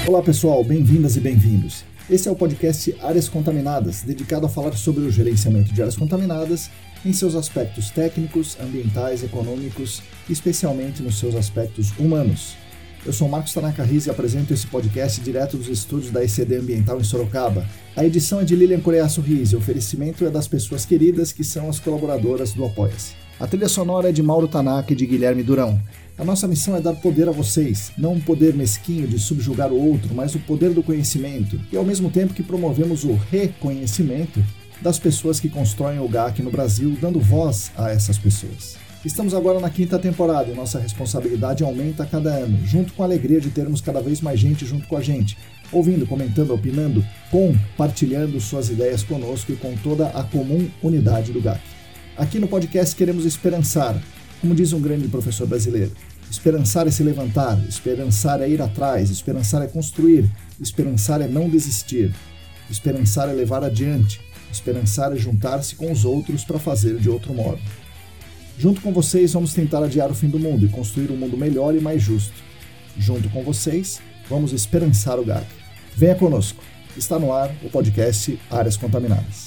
Olá pessoal, bem-vindas e bem-vindos. Esse é o podcast Áreas Contaminadas, dedicado a falar sobre o gerenciamento de áreas contaminadas em seus aspectos técnicos, ambientais, econômicos e especialmente nos seus aspectos humanos. Eu sou Marcos Tanaka Riz e apresento esse podcast direto dos estúdios da ECD Ambiental em Sorocaba. A edição é de Lilian Coreaço Riz e o oferecimento é das pessoas queridas que são as colaboradoras do Apoia-se. A trilha sonora é de Mauro Tanaka e de Guilherme Durão. A nossa missão é dar poder a vocês, não um poder mesquinho de subjugar o outro, mas o poder do conhecimento, e ao mesmo tempo que promovemos o reconhecimento das pessoas que constroem o GAC no Brasil, dando voz a essas pessoas. Estamos agora na 5ª temporada e nossa responsabilidade aumenta a cada ano, junto com a alegria de termos cada vez mais gente junto com a gente, ouvindo, comentando, opinando, compartilhando suas ideias conosco e com toda a comum unidade do GAC. Aqui no podcast queremos esperançar, como diz um grande professor brasileiro. Esperançar é se levantar, esperançar é ir atrás, esperançar é construir, esperançar é não desistir, esperançar é levar adiante, esperançar é juntar-se com os outros para fazer de outro modo. Junto com vocês vamos tentar adiar o fim do mundo e construir um mundo melhor e mais justo. Junto com vocês, vamos esperançar o GAC. Venha conosco. Está no ar o podcast Áreas Contaminadas.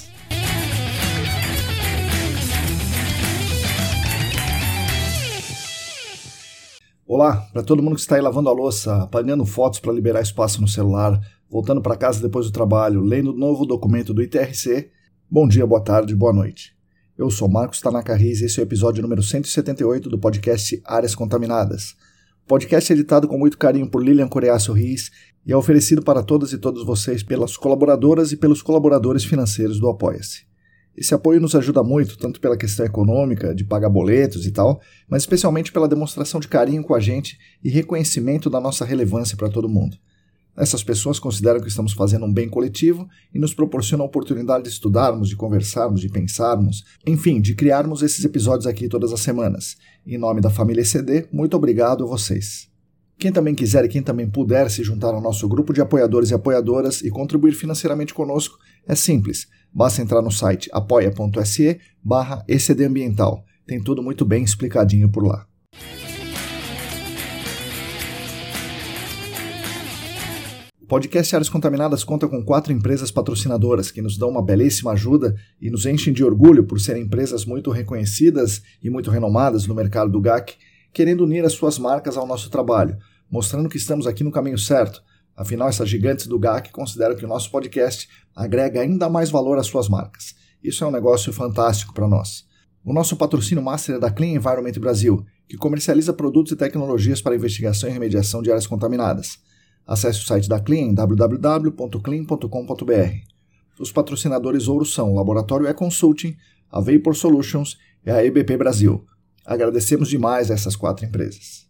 Olá, para todo mundo que está aí lavando a louça, apanhando fotos para liberar espaço no celular, voltando para casa depois do trabalho, lendo o novo documento do ITRC, bom dia, boa tarde, boa noite. Eu sou Marcos Tanaka Riz e esse é o episódio número 178 do podcast Áreas Contaminadas. O podcast é editado com muito carinho por Lilian Coreaço Riz e é oferecido para todas e todos vocês pelas colaboradoras e pelos colaboradores financeiros do Apoia-se. Esse apoio nos ajuda muito, tanto pela questão econômica, de pagar boletos e tal, mas especialmente pela demonstração de carinho com a gente e reconhecimento da nossa relevância para todo mundo. Essas pessoas consideram que estamos fazendo um bem coletivo e nos proporcionam a oportunidade de estudarmos, de conversarmos, de pensarmos, enfim, de criarmos esses episódios aqui todas as semanas. Em nome da família ECD, muito obrigado a vocês. Quem também quiser e quem também puder se juntar ao nosso grupo de apoiadores e apoiadoras e contribuir financeiramente conosco, é simples. Basta entrar no site apoia.se/ECDambiental. Tem tudo muito bem explicadinho por lá. O podcast Áreas Contaminadas conta com 4 empresas patrocinadoras que nos dão uma belíssima ajuda e nos enchem de orgulho por serem empresas muito reconhecidas e muito renomadas no mercado do GAC, querendo unir as suas marcas ao nosso trabalho, mostrando que estamos aqui no caminho certo. Afinal, essas gigantes do GAC consideram que o nosso podcast agrega ainda mais valor às suas marcas. Isso é um negócio fantástico para nós. O nosso patrocínio master é da Clean Environment Brasil, que comercializa produtos e tecnologias para investigação e remediação de áreas contaminadas. Acesse o site da Clean em www.clean.com.br. Os patrocinadores ouro são o Laboratório E-Consulting, a Vapor Solutions e a EBP Brasil. Agradecemos demais a essas 4 empresas.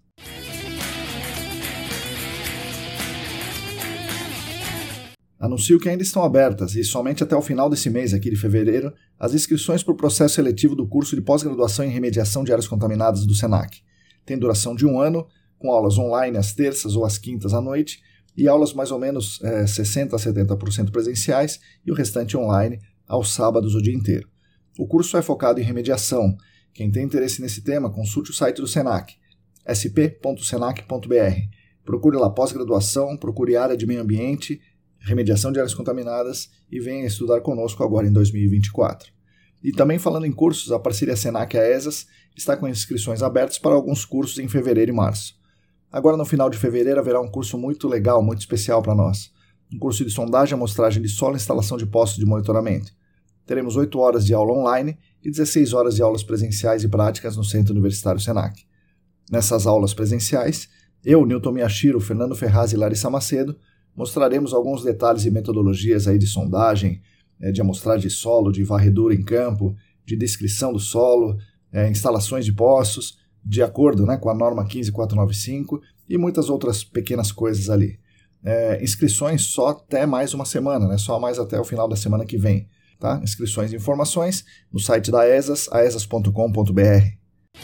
Anuncio que ainda estão abertas e somente até o final desse mês aqui de fevereiro as inscrições para o processo seletivo do curso de pós-graduação em remediação de áreas contaminadas do SENAC. Tem duração de 1 ano, com aulas online às terças ou às quintas à noite e aulas mais ou menos 60% a 70% presenciais e o restante online aos sábados o dia inteiro. O curso é focado em remediação. Quem tem interesse nesse tema, consulte o site do SENAC, sp.senac.br. Procure lá pós-graduação, procure área de meio ambiente, remediação de áreas contaminadas e venha estudar conosco agora em 2024. E também falando em cursos, a parceria SENAC e a ESAS está com inscrições abertas para alguns cursos em fevereiro e março. Agora no final de fevereiro haverá um curso muito legal, muito especial para nós. Um curso de sondagem e amostragem de solo e instalação de postos de monitoramento. Teremos 8 horas de aula online e 16 horas de aulas presenciais e práticas no Centro Universitário SENAC. Nessas aulas presenciais, eu, Newton Miyashiro, Fernando Ferraz e Larissa Macedo mostraremos alguns detalhes e metodologias aí de sondagem, de amostragem de solo, de varredura em campo, de descrição do solo, instalações de poços, de acordo com a norma 15495 e muitas outras pequenas coisas ali. Inscrições só até mais uma semana, só mais até o final da semana que vem. Tá? Inscrições e informações no site da ESAS, aesas.com.br.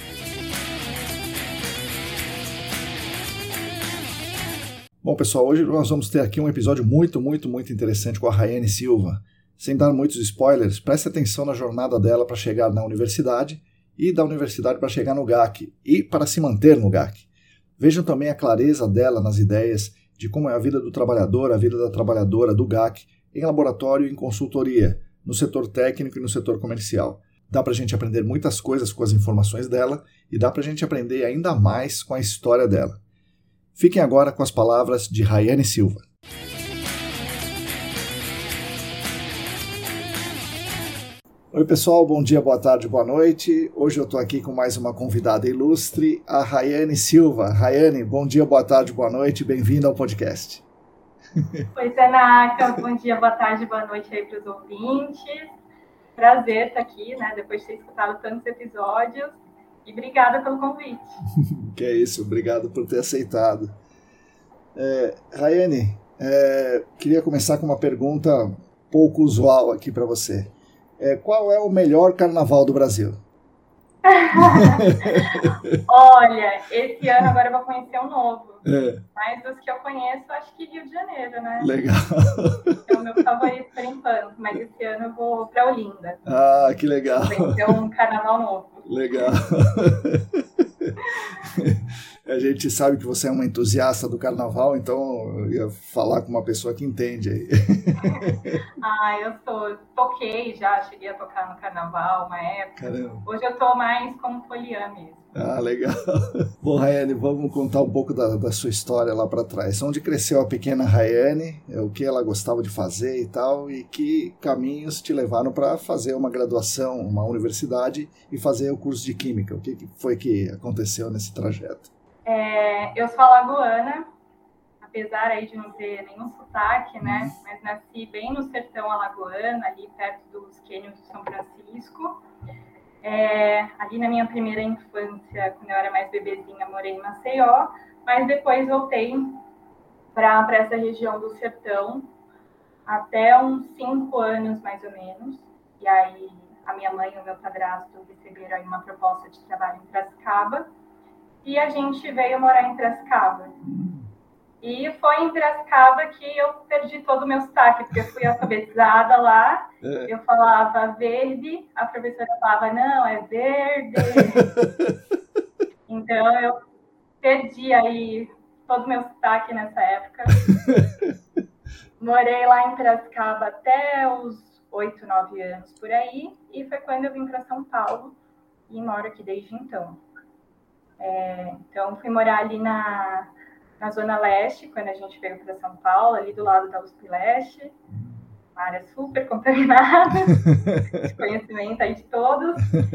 Bom, pessoal, hoje nós vamos ter aqui um episódio muito interessante com a Rayane Silva. Sem dar muitos spoilers, preste atenção na jornada dela para chegar na universidade e da universidade para chegar no GAC e para se manter no GAC. Vejam também a clareza dela nas ideias de como é a vida do trabalhador, a vida da trabalhadora, do GAC, em laboratório e em consultoria, no setor técnico e no setor comercial. Dá para a gente aprender muitas coisas com as informações dela e dá para a gente aprender ainda mais com a história dela. Fiquem agora com as palavras de Raiane Silva. Oi pessoal, bom dia, boa tarde, boa noite. Hoje eu estou aqui com mais uma convidada ilustre, a Raiane Silva. Raiane, bom dia, boa tarde, boa noite, bem-vinda ao podcast. Oi, Zenaca, bom dia, boa tarde, boa noite aí para os ouvintes. Prazer estar aqui, né, depois de ter escutado tantos episódios, e obrigada pelo convite. Que é isso, obrigado por ter aceitado. Raiane, queria começar com uma pergunta pouco usual aqui para você. Qual é o melhor carnaval do Brasil? Olha, esse ano agora eu vou conhecer um novo. Mas dos que eu conheço, acho que Rio de Janeiro, né? Legal. É o meu favorito por enquanto, mas esse ano eu vou para Olinda. Ah, que legal. Vou conhecer um carnaval novo. Legal. A gente sabe que você é uma entusiasta do carnaval, então eu ia falar com uma pessoa que entende aí. Eu toquei já, cheguei a tocar no carnaval uma época. Caramba. Hoje eu tô mais como foliã mesmo. Ah, legal. Bom, Raiane, vamos contar um pouco da sua história lá para trás. Onde cresceu a pequena Raiane, o que ela gostava de fazer e tal, e que caminhos te levaram para fazer uma graduação, uma universidade e fazer o curso de Química? O que foi que aconteceu nesse trajeto? Eu sou alagoana, apesar aí de não ter nenhum sotaque, né? Mas nasci bem no sertão alagoano, ali perto dos cânions de São Francisco. Ali na minha primeira infância, quando eu era mais bebezinha, morei em Maceió, mas depois voltei para essa região do sertão até uns 5 anos, mais ou menos. E aí a minha mãe e o meu padrasto receberam aí uma proposta de trabalho em Piracicaba e a gente veio morar em Piracicaba. E foi em Piracicaba que eu perdi todo o meu sotaque, porque eu fui alfabetizada lá, eu falava verde, a professora falava, não, é verde. Então eu perdi aí todo o meu sotaque nessa época. Morei lá em Piracicaba até os 8, 9 anos por aí, e foi quando eu vim para São Paulo e moro aqui desde então. Então fui morar ali na Zona Leste, quando a gente veio para São Paulo, ali do lado da USP Leste, uma área super contaminada, de conhecimento aí de todos.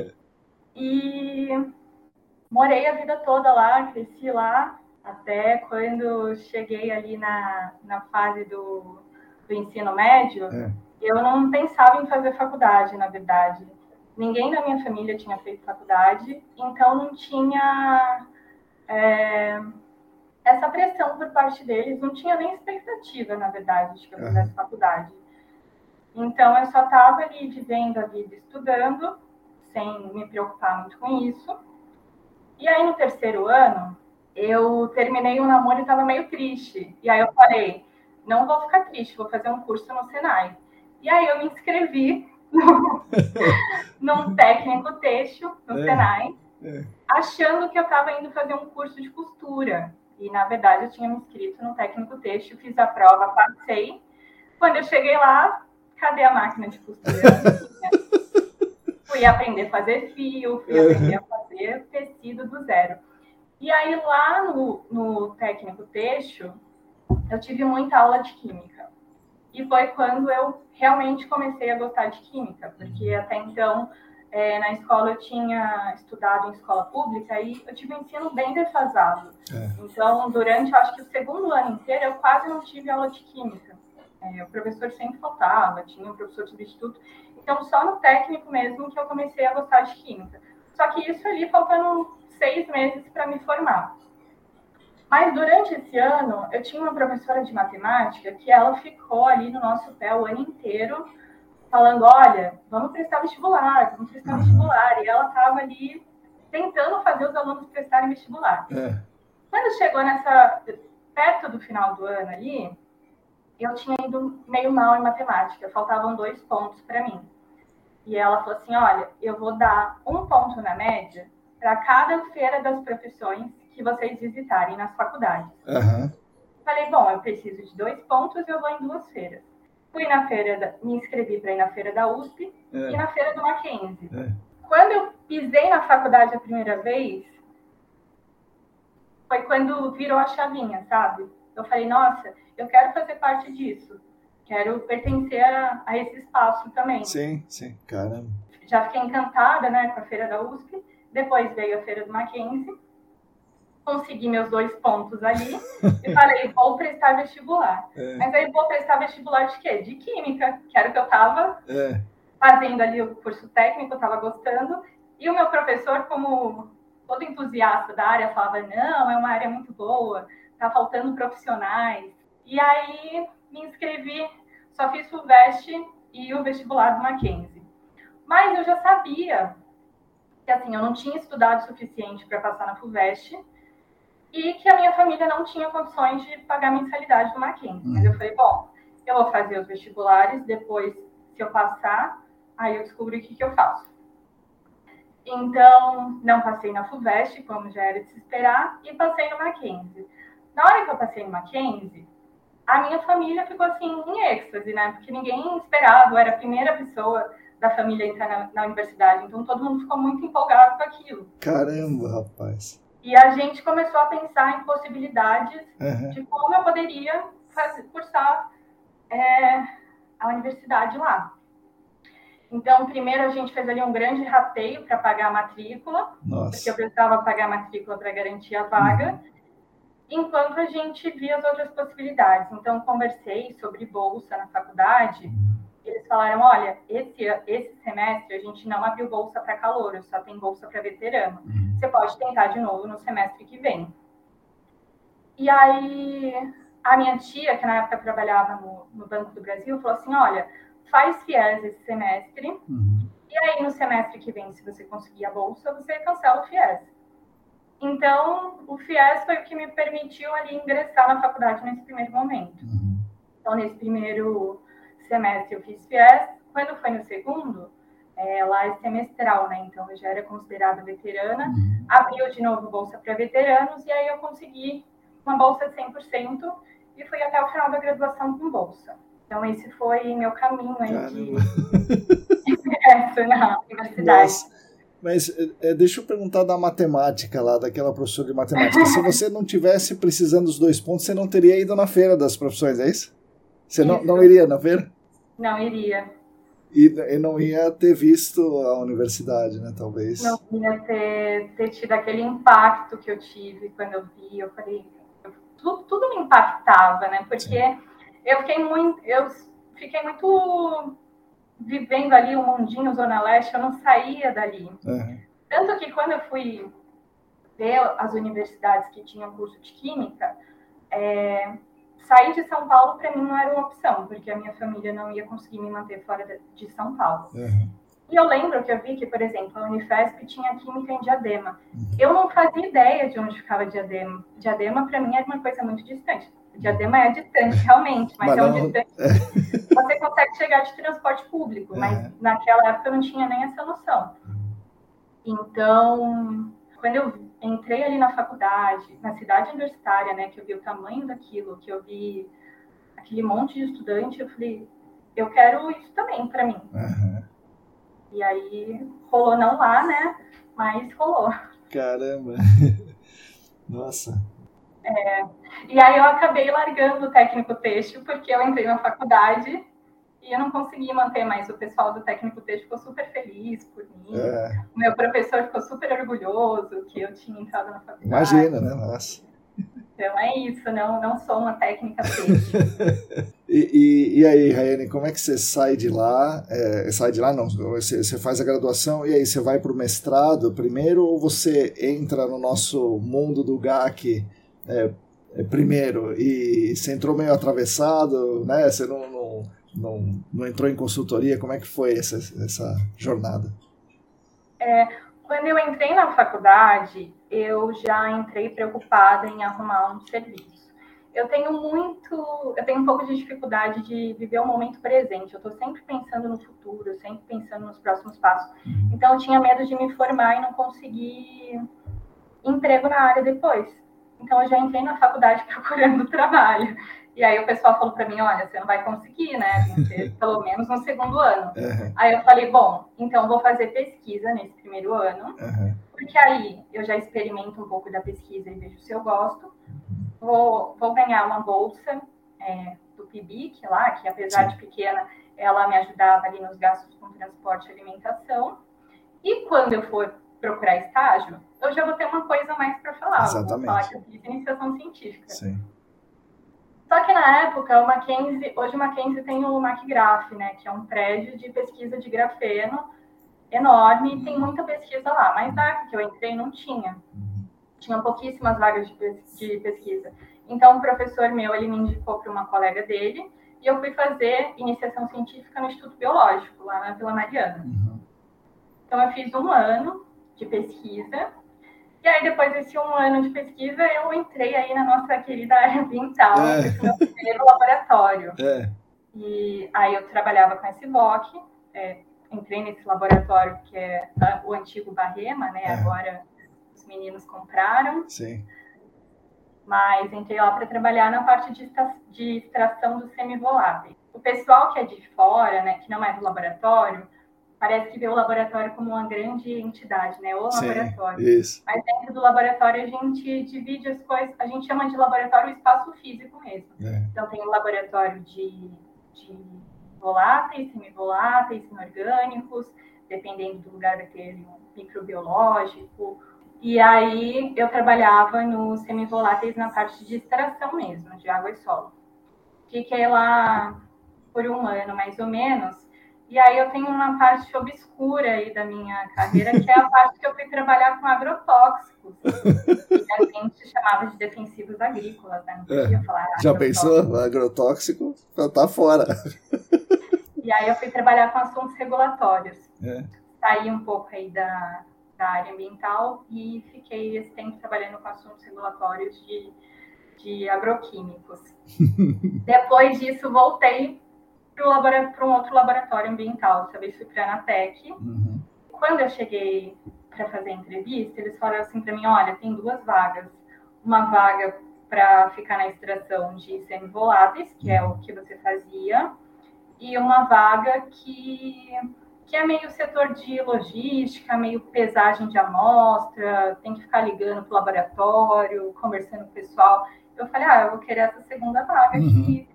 E morei a vida toda lá, cresci lá, até quando cheguei ali na fase do ensino médio, eu não pensava em fazer faculdade, na verdade. Ninguém da minha família tinha feito faculdade, então não tinha essa pressão por parte deles, não tinha nem expectativa, na verdade, de que eu fizesse faculdade. Então, eu só estava ali vivendo a vida, estudando, sem me preocupar muito com isso. E aí, no terceiro ano, eu terminei um namoro e estava meio triste. E aí eu falei, não vou ficar triste, vou fazer um curso no Senai. E aí eu me inscrevi num técnico têxtil no Senai, achando que eu estava indo fazer um curso de costura. E, na verdade, eu tinha me inscrito no técnico têxtil, fiz a prova, passei. Quando eu cheguei lá, cadê a máquina de costura? Fui aprender a fazer fio, fui aprender a fazer tecido do zero. E aí, lá no técnico têxtil, eu tive muita aula de química. E foi quando eu realmente comecei a gostar de química, porque até então, na escola eu tinha estudado em escola pública e eu tive um ensino bem defasado. Então, durante, acho que o segundo ano inteiro, eu quase não tive aula de química. O professor sempre faltava, tinha um professor substituto. Então, só no técnico mesmo que eu comecei a gostar de química. Só que isso ali, faltando 6 meses para me formar. Mas durante esse ano, eu tinha uma professora de matemática que ela ficou ali no nosso pé o ano inteiro, falando, olha, vamos prestar vestibular. E ela estava ali tentando fazer os alunos prestarem vestibular. Quando chegou perto do final do ano ali, eu tinha ido meio mal em matemática, faltavam 2 pontos para mim. E ela falou assim, olha, eu vou dar 1 ponto na média para cada feira das profissões que vocês visitarem nas faculdades. Falei, bom, eu preciso de 2 pontos, eu vou em 2 feiras. Me inscrevi para ir na feira da USP e na feira do Mackenzie. Quando eu pisei na faculdade a primeira vez, foi quando virou a chavinha, sabe? Eu falei, nossa, eu quero fazer parte disso. Quero pertencer a esse espaço também. Sim, caramba. Já fiquei encantada, né, com a feira da USP. Depois veio a feira do Mackenzie. Consegui meus 2 pontos ali e falei, vou prestar vestibular. Mas aí vou prestar vestibular de quê? De química, que era o que eu estava fazendo ali o curso técnico, estava gostando. E o meu professor, como todo entusiasta da área, falava, não, é uma área muito boa, tá faltando profissionais. E aí me inscrevi, só fiz FUVEST e o vestibular do Mackenzie. Mas eu já sabia que assim, eu não tinha estudado o suficiente para passar na FUVEST e que a minha família não tinha condições de pagar a mensalidade do Mackenzie. Mas eu falei, bom, eu vou fazer os vestibulares, depois, se eu passar, aí eu descubro o que eu faço. Então, não passei na FUVEST, como já era de se esperar, e passei no Mackenzie. Na hora que eu passei no Mackenzie, a minha família ficou assim, em êxtase, né? Porque ninguém esperava, eu era a primeira pessoa da família a entrar na universidade, então todo mundo ficou muito empolgado com aquilo. Caramba, rapaz. E a gente começou a pensar em possibilidades de como eu poderia cursar a universidade lá. Então, primeiro a gente fez ali um grande rateio para pagar a matrícula, porque eu precisava pagar a matrícula para garantir a vaga, enquanto a gente via as outras possibilidades. Então, conversei sobre bolsa na faculdade, eles falaram, olha, esse semestre a gente não abriu bolsa para calouro, só tem bolsa para veterano. Você pode tentar de novo no semestre que vem. E aí, a minha tia, que na época trabalhava no Banco do Brasil, falou assim, olha, faz FIES esse semestre, e aí no semestre que vem, se você conseguir a bolsa, você cancela o FIES. Então, o FIES foi o que me permitiu ali ingressar na faculdade nesse primeiro momento. Então, nesse primeiro semestre eu fiz FIES. Quando foi no segundo, lá é semestral, né? Então, eu já era considerada veterana. Abriu de novo bolsa para veteranos, e aí eu consegui uma bolsa de 100% e fui até o final da graduação com bolsa. Então, esse foi meu caminho aí de ingresso na universidade. Nossa. Mas deixa eu perguntar da matemática lá, daquela professora de matemática. Se você não tivesse precisando dos 2 pontos, você não teria ido na feira das profissões, é isso? Você isso. Não iria na feira? Não iria. E não ia ter visto a universidade, né, talvez? Não ia ter tido aquele impacto que eu tive quando eu vi. Eu falei, tudo me impactava, né? Porque eu fiquei muito vivendo ali o mundinho Zona Leste, eu não saía dali. Tanto que quando eu fui ver as universidades que tinham curso de Química, sair de São Paulo para mim não era uma opção, porque a minha família não ia conseguir me manter fora de São Paulo. E eu lembro que eu vi que, por exemplo, a Unifesp tinha Química em Diadema. Eu não fazia ideia de onde ficava Diadema. Diadema, para mim, era uma coisa muito distante. Diadema é distante, realmente, mas distante. Você consegue chegar de transporte público, mas naquela época eu não tinha nem essa noção. Então, quando eu entrei ali na faculdade, na cidade universitária, né, que eu vi o tamanho daquilo, que eu vi aquele monte de estudante, eu falei, eu quero isso também para mim. E aí, rolou não lá, né, mas rolou. Caramba! Nossa! E aí eu acabei largando o técnico têxtil, porque eu entrei na faculdade e eu não consegui manter mais. O pessoal do técnico têxtil ficou super feliz por mim. O meu professor ficou super orgulhoso que eu tinha entrado na faculdade. Imagina, né? Nossa. Então é isso, não sou uma técnica têxtil. E aí, Raiane, como é que você sai de lá? Sai de lá, não, você faz a graduação e aí você vai para o mestrado primeiro ou você entra no nosso mundo do GAC primeiro e você entrou meio atravessado, né? Você não entrou em consultoria? Como é que foi essa jornada? Quando eu entrei na faculdade, eu já entrei preocupada em arrumar um serviço. Eu tenho um pouco de dificuldade de viver o momento presente. Eu estou sempre pensando no futuro, sempre pensando nos próximos passos. Então, eu tinha medo de me formar e não conseguir emprego na área depois. Então, eu já entrei na faculdade procurando trabalho. E aí o pessoal falou para mim, olha, você não vai conseguir, né? Tem que ser pelo menos no segundo ano. Aí eu falei, bom, então vou fazer pesquisa nesse primeiro ano, porque aí eu já experimento um pouco da pesquisa e vejo se eu gosto. Vou ganhar uma bolsa do PIBIC lá, que apesar de pequena, ela me ajudava ali nos gastos com transporte e alimentação. E quando eu for procurar estágio, eu já vou ter uma coisa a mais para falar. Exatamente. Vou falar que eu fiz iniciação científica. Sim. Só que na época, hoje o Mackenzie tem o MacGraph, né, que é um prédio de pesquisa de grafeno enorme, e tem muita pesquisa lá, mas na época que eu entrei não tinha. Tinham pouquíssimas vagas de pesquisa. Então, o professor meu, ele me indicou para uma colega dele, e eu fui fazer iniciação científica no Instituto Biológico, lá na Vila Mariana. Então, eu fiz 1 ano de pesquisa, e aí, depois desse 1 ano de pesquisa, eu entrei aí na nossa querida área ambiental, esse meu primeiro laboratório. E aí eu trabalhava com esse SBOC, entrei nesse laboratório que é o antigo Barrema, né? Agora os meninos compraram. Sim. Mas entrei lá para trabalhar na parte de extração dos semivoláteis. O pessoal que é de fora, né, que não é do laboratório, parece que vê o laboratório como uma grande entidade, né? O laboratório. Isso. Mas dentro do laboratório a gente divide as coisas, a gente chama de laboratório o espaço físico mesmo. Então tem o laboratório de voláteis, semivoláteis, inorgânicos, dependendo do lugar vai ter um microbiológico. E aí eu trabalhava nos semivoláteis na parte de extração mesmo, de água e solo. Fiquei lá por 1 ano mais ou menos. E aí eu tenho uma parte obscura aí da minha carreira, que é a parte que eu fui trabalhar com agrotóxicos. Que a gente chamava de defensivos agrícolas, né? Não podia falar já pensou? Agrotóxico tá fora. E aí eu fui trabalhar com assuntos regulatórios. Saí um pouco aí da área ambiental e fiquei esse tempo trabalhando com assuntos regulatórios de agroquímicos. Depois disso, voltei para um outro laboratório ambiental, dessa vez fui para a Anatec. Quando eu cheguei para fazer a entrevista, eles falaram assim para mim, olha, tem 2 vagas. Uma vaga para ficar na extração de semivoláteis, que é o que você fazia, e uma vaga que é meio setor de logística, meio pesagem de amostra, tem que ficar ligando para o laboratório, conversando com o pessoal. Eu falei, eu vou querer essa segunda vaga aqui.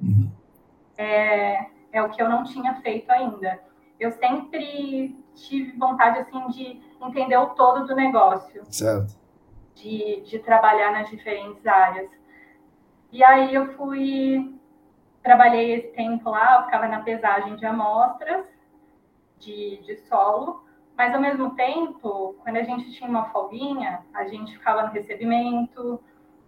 É o que eu não tinha feito ainda. Eu sempre tive vontade, assim, de entender o todo do negócio. Certo. De trabalhar nas diferentes áreas. E aí eu trabalhei esse tempo lá, eu ficava na pesagem de amostras de solo, mas ao mesmo tempo, quando a gente tinha uma folguinha, a gente ficava no recebimento,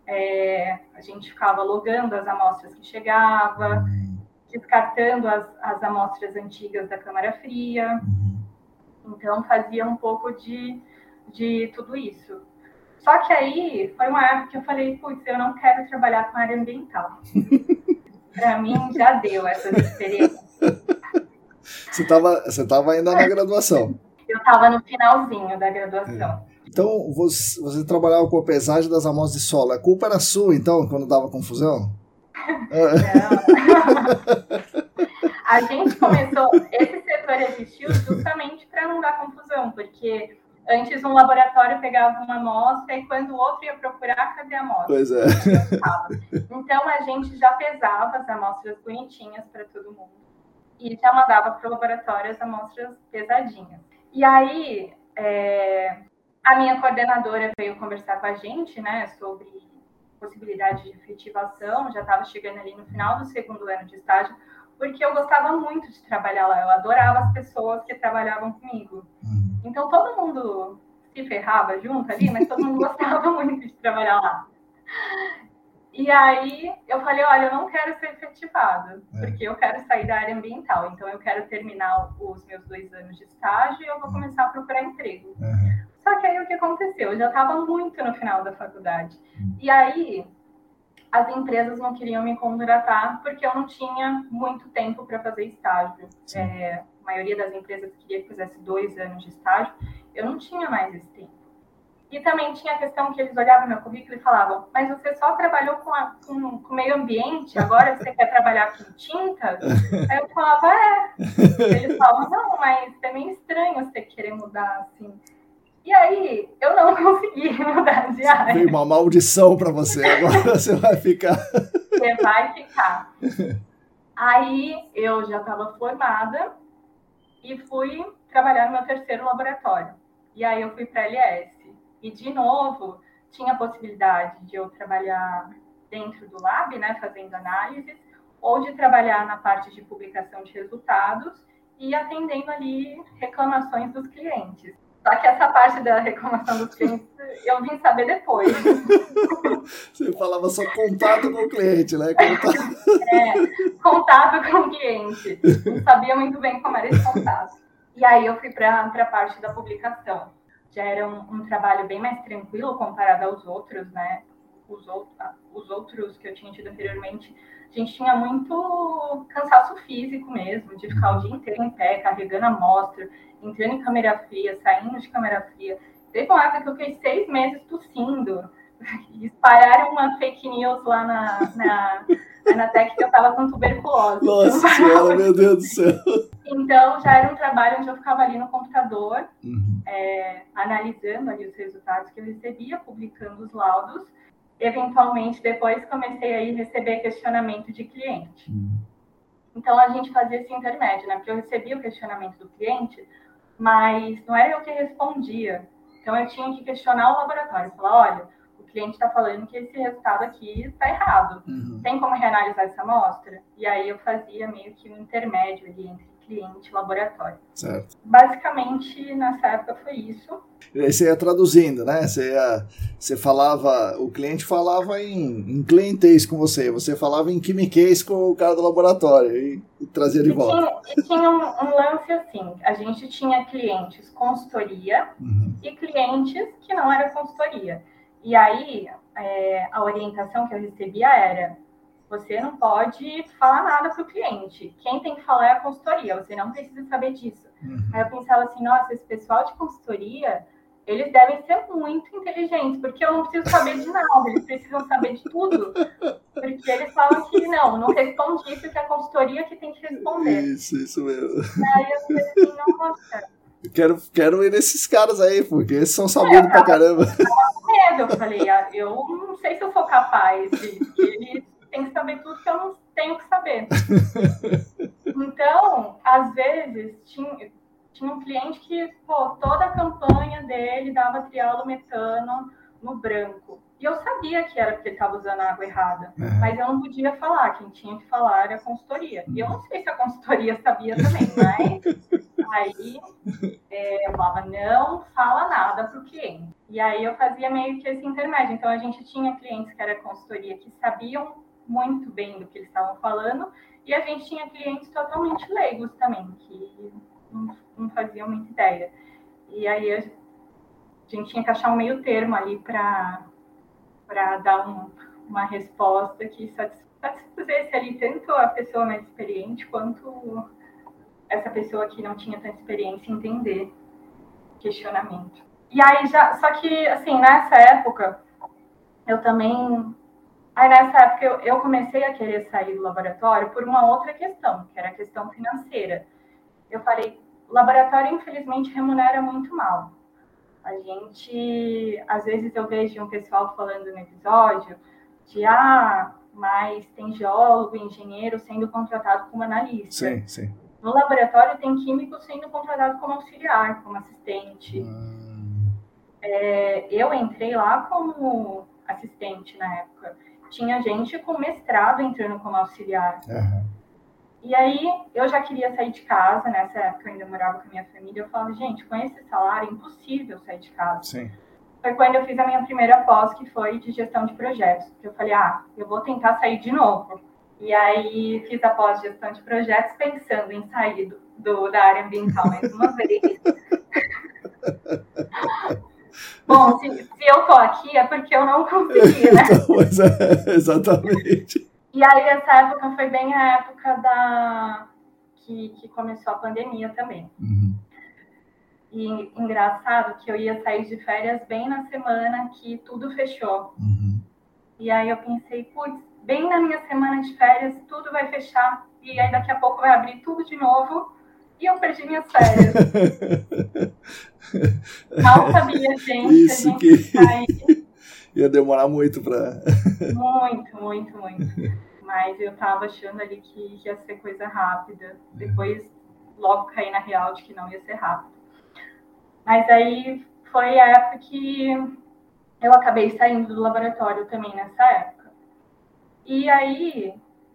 a gente ficava logando as amostras que chegavam, descartando as amostras antigas da câmara fria. Então, fazia um pouco de tudo isso. Só que aí, foi uma época que eu falei, putz, eu não quero trabalhar com área ambiental. Para mim, já deu essas experiências. Você estava ainda na graduação. Eu estava no finalzinho da graduação. Então, você trabalhava com a pesagem das amostras de solo. A culpa era sua, então, quando dava confusão? A gente começou... Esse setor existiu justamente para não dar confusão, porque antes um laboratório pegava uma amostra e quando o outro ia procurar, cadê a amostra? Pois é. Então, a gente já pesava as amostras bonitinhas para todo mundo e já mandava para o laboratório as amostras pesadinhas. E aí, a minha coordenadora veio conversar com a gente, né, sobre possibilidade de efetivação, já estava chegando ali no final do segundo ano de estágio, porque eu gostava muito de trabalhar lá, eu adorava as pessoas que trabalhavam comigo. Então, todo mundo se ferrava junto ali, mas todo mundo gostava muito de trabalhar lá. E aí, eu falei, olha, eu não quero ser efetivada, porque eu quero sair da área ambiental. Então, eu quero terminar os meus 2 anos de estágio e eu vou começar a procurar emprego. Só que aí, o que aconteceu? Eu já estava muito no final da faculdade. E aí, as empresas não queriam me contratar porque eu não tinha muito tempo para fazer estágio. A maioria das empresas queria que fizesse 2 anos de estágio. Eu não tinha mais esse tempo. E também tinha a questão que eles olhavam no meu currículo e falavam, mas você só trabalhou com meio ambiente, agora você quer trabalhar com tinta? Aí eu falava, Eles falavam, não, mas é meio estranho você querer mudar, assim. E aí, eu não consegui mudar de área. Veio uma maldição para você, agora você vai ficar. Você vai ficar. Aí, eu já estava formada e fui trabalhar no meu terceiro laboratório. E aí, eu fui para a LS. E, de novo, tinha a possibilidade de eu trabalhar dentro do lab, né, fazendo análises, ou de trabalhar na parte de publicação de resultados e atendendo ali reclamações dos clientes. Só que essa parte da reclamação dos clientes eu vim saber depois. Você falava só contato com o cliente, né? Contato com o cliente. Não sabia muito bem como era esse contato. E aí eu fui para a parte da publicação. Já era um trabalho bem mais tranquilo comparado aos outros, né? Os outros que eu tinha tido anteriormente, a gente tinha muito cansaço físico mesmo, de ficar o dia inteiro em pé, carregando amostra, entrando em câmera fria, saindo de câmera fria. Teve uma época que eu fiquei 6 meses tossindo. Espalharam uma fake news lá na Tech que eu estava com tuberculose. Nossa senhora, meu Deus do céu. Então, já era um trabalho onde eu ficava ali no computador, analisando ali os resultados que eu recebia, publicando os laudos. Eventualmente, depois comecei a receber questionamento de cliente. Então, a gente fazia esse intermédio, né? Porque eu recebia o questionamento do cliente, mas não era eu que respondia. Então, eu tinha que questionar o laboratório. Falar, olha, o cliente está falando que esse resultado aqui está errado. Tem como reanalisar essa amostra? E aí, eu fazia meio que um intermédio ali entre cliente e laboratório. Certo. Basicamente, nessa época foi isso. E aí você ia traduzindo, né? Você falava, o cliente falava em clientês com você falava em quimiquês com o cara do laboratório e trazia de volta. Tinha um lance assim, a gente tinha clientes consultoria e clientes que não eram consultoria. E aí, a orientação que eu recebia era, você não pode falar nada para o cliente. Quem tem que falar é a consultoria, você não precisa saber disso. Aí eu pensava assim, nossa, esse pessoal de consultoria, eles devem ser muito inteligentes, porque eu não preciso saber de nada, eles precisam saber de tudo. Porque eles falam que não responde isso, que é a consultoria que tem que responder. Isso mesmo. Aí eu falei assim, não, nossa. Quero ir nesses caras aí, porque eles são sabidos pra caramba. Eu tava com medo, eu falei, eu não sei se eu sou capaz disso, porque eles têm que saber tudo que eu não tenho que saber. Então, às vezes, tinha um cliente que, toda a campanha dele dava trialometano no branco. E eu sabia que era porque ele estava usando a água errada, mas eu não podia falar, quem tinha que falar era a consultoria. E eu não sei se a consultoria sabia também, mas aí eu falava, não fala nada para o cliente. E aí eu fazia meio que esse intermédio. Então, a gente tinha clientes que era consultoria que sabiam muito bem do que eles estavam falando, e a gente tinha clientes totalmente leigos também, que não faziam muita ideia. E aí a gente tinha que achar um meio termo ali para dar uma resposta que satisfizesse ali tanto a pessoa mais experiente quanto essa pessoa que não tinha tanta experiência em entender questionamento. E aí só que assim, nessa época eu também nessa época eu comecei a querer sair do laboratório por uma outra questão, que era a questão financeira. Eu falei, o laboratório, infelizmente, remunera muito mal. A gente, às vezes eu vejo um pessoal falando no episódio de, mas tem geólogo, engenheiro sendo contratado como analista. Sim. No laboratório tem químico sendo contratado como auxiliar, como assistente. Eu entrei lá como assistente na época. Tinha gente com mestrado entrando como auxiliar. E aí, eu já queria sair de casa, nessa época eu ainda morava com a minha família, eu falava, gente, com esse salário é impossível sair de casa. Sim. Foi quando eu fiz a minha primeira pós, que foi de gestão de projetos. Eu falei, eu vou tentar sair de novo. E aí, fiz a pós de gestão de projetos, pensando em sair da área ambiental mais uma vez. Bom, se eu tô aqui é porque eu não consegui, né? Então, exatamente. E aí, essa época foi bem a época que começou a pandemia também. E engraçado que eu ia sair de férias bem na semana que tudo fechou. E aí eu pensei, putz, bem na minha semana de férias, tudo vai fechar. E aí daqui a pouco vai abrir tudo de novo. E eu perdi minhas férias. Mal sabia, gente, Isso a gente ia demorar muito para... Muito. Mas eu tava achando ali que ia ser coisa rápida. Depois, logo caí na real de que não ia ser rápido. Mas aí foi a época que eu acabei saindo do laboratório também nessa época. E aí,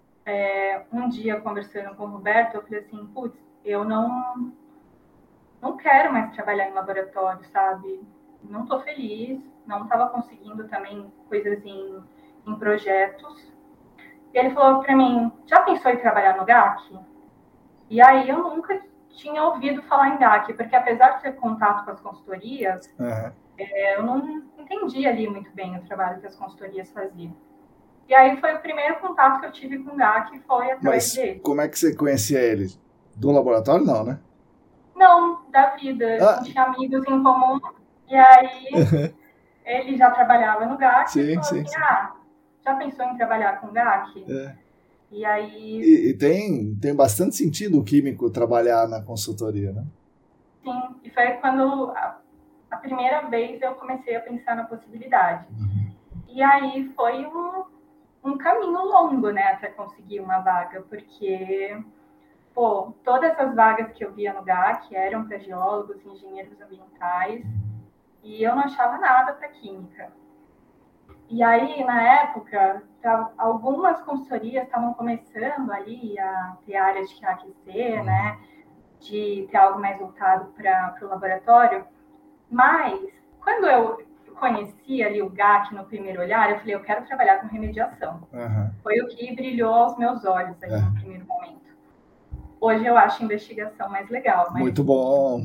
um dia, conversando com o Roberto, eu falei assim, putz, eu não quero mais trabalhar em laboratório, sabe? Não tô feliz, não estava conseguindo também coisas em projetos. E ele falou para mim, já pensou em trabalhar no GAC? E aí eu nunca tinha ouvido falar em GAC, porque apesar de ter contato com as consultorias, eu não entendia ali muito bem o trabalho que as consultorias faziam. E aí foi o primeiro contato que eu tive com o GAC, foi através dele. Como é que você conhecia ele? Do laboratório, não, né? Não, da vida. A gente tinha amigos em comum, e aí ele já trabalhava no GAC e falou assim, já pensou em trabalhar com GAC? E aí... E tem bastante sentido o químico trabalhar na consultoria, né? Sim, e foi quando a primeira vez eu comecei a pensar na possibilidade. E aí foi um caminho longo, né, até conseguir uma vaga, porque, todas as vagas que eu via no GAC eram para geólogos, engenheiros ambientais, e eu não achava nada para química. E aí, na época, algumas consultorias estavam começando ali a ter áreas de QAQC, né, de ter algo mais voltado para o laboratório, mas quando eu conheci ali o GAC no primeiro olhar, eu falei, eu quero trabalhar com remediação. Foi o que brilhou aos meus olhos ali no primeiro momento. Hoje eu acho investigação mais legal. Mas... Muito bom.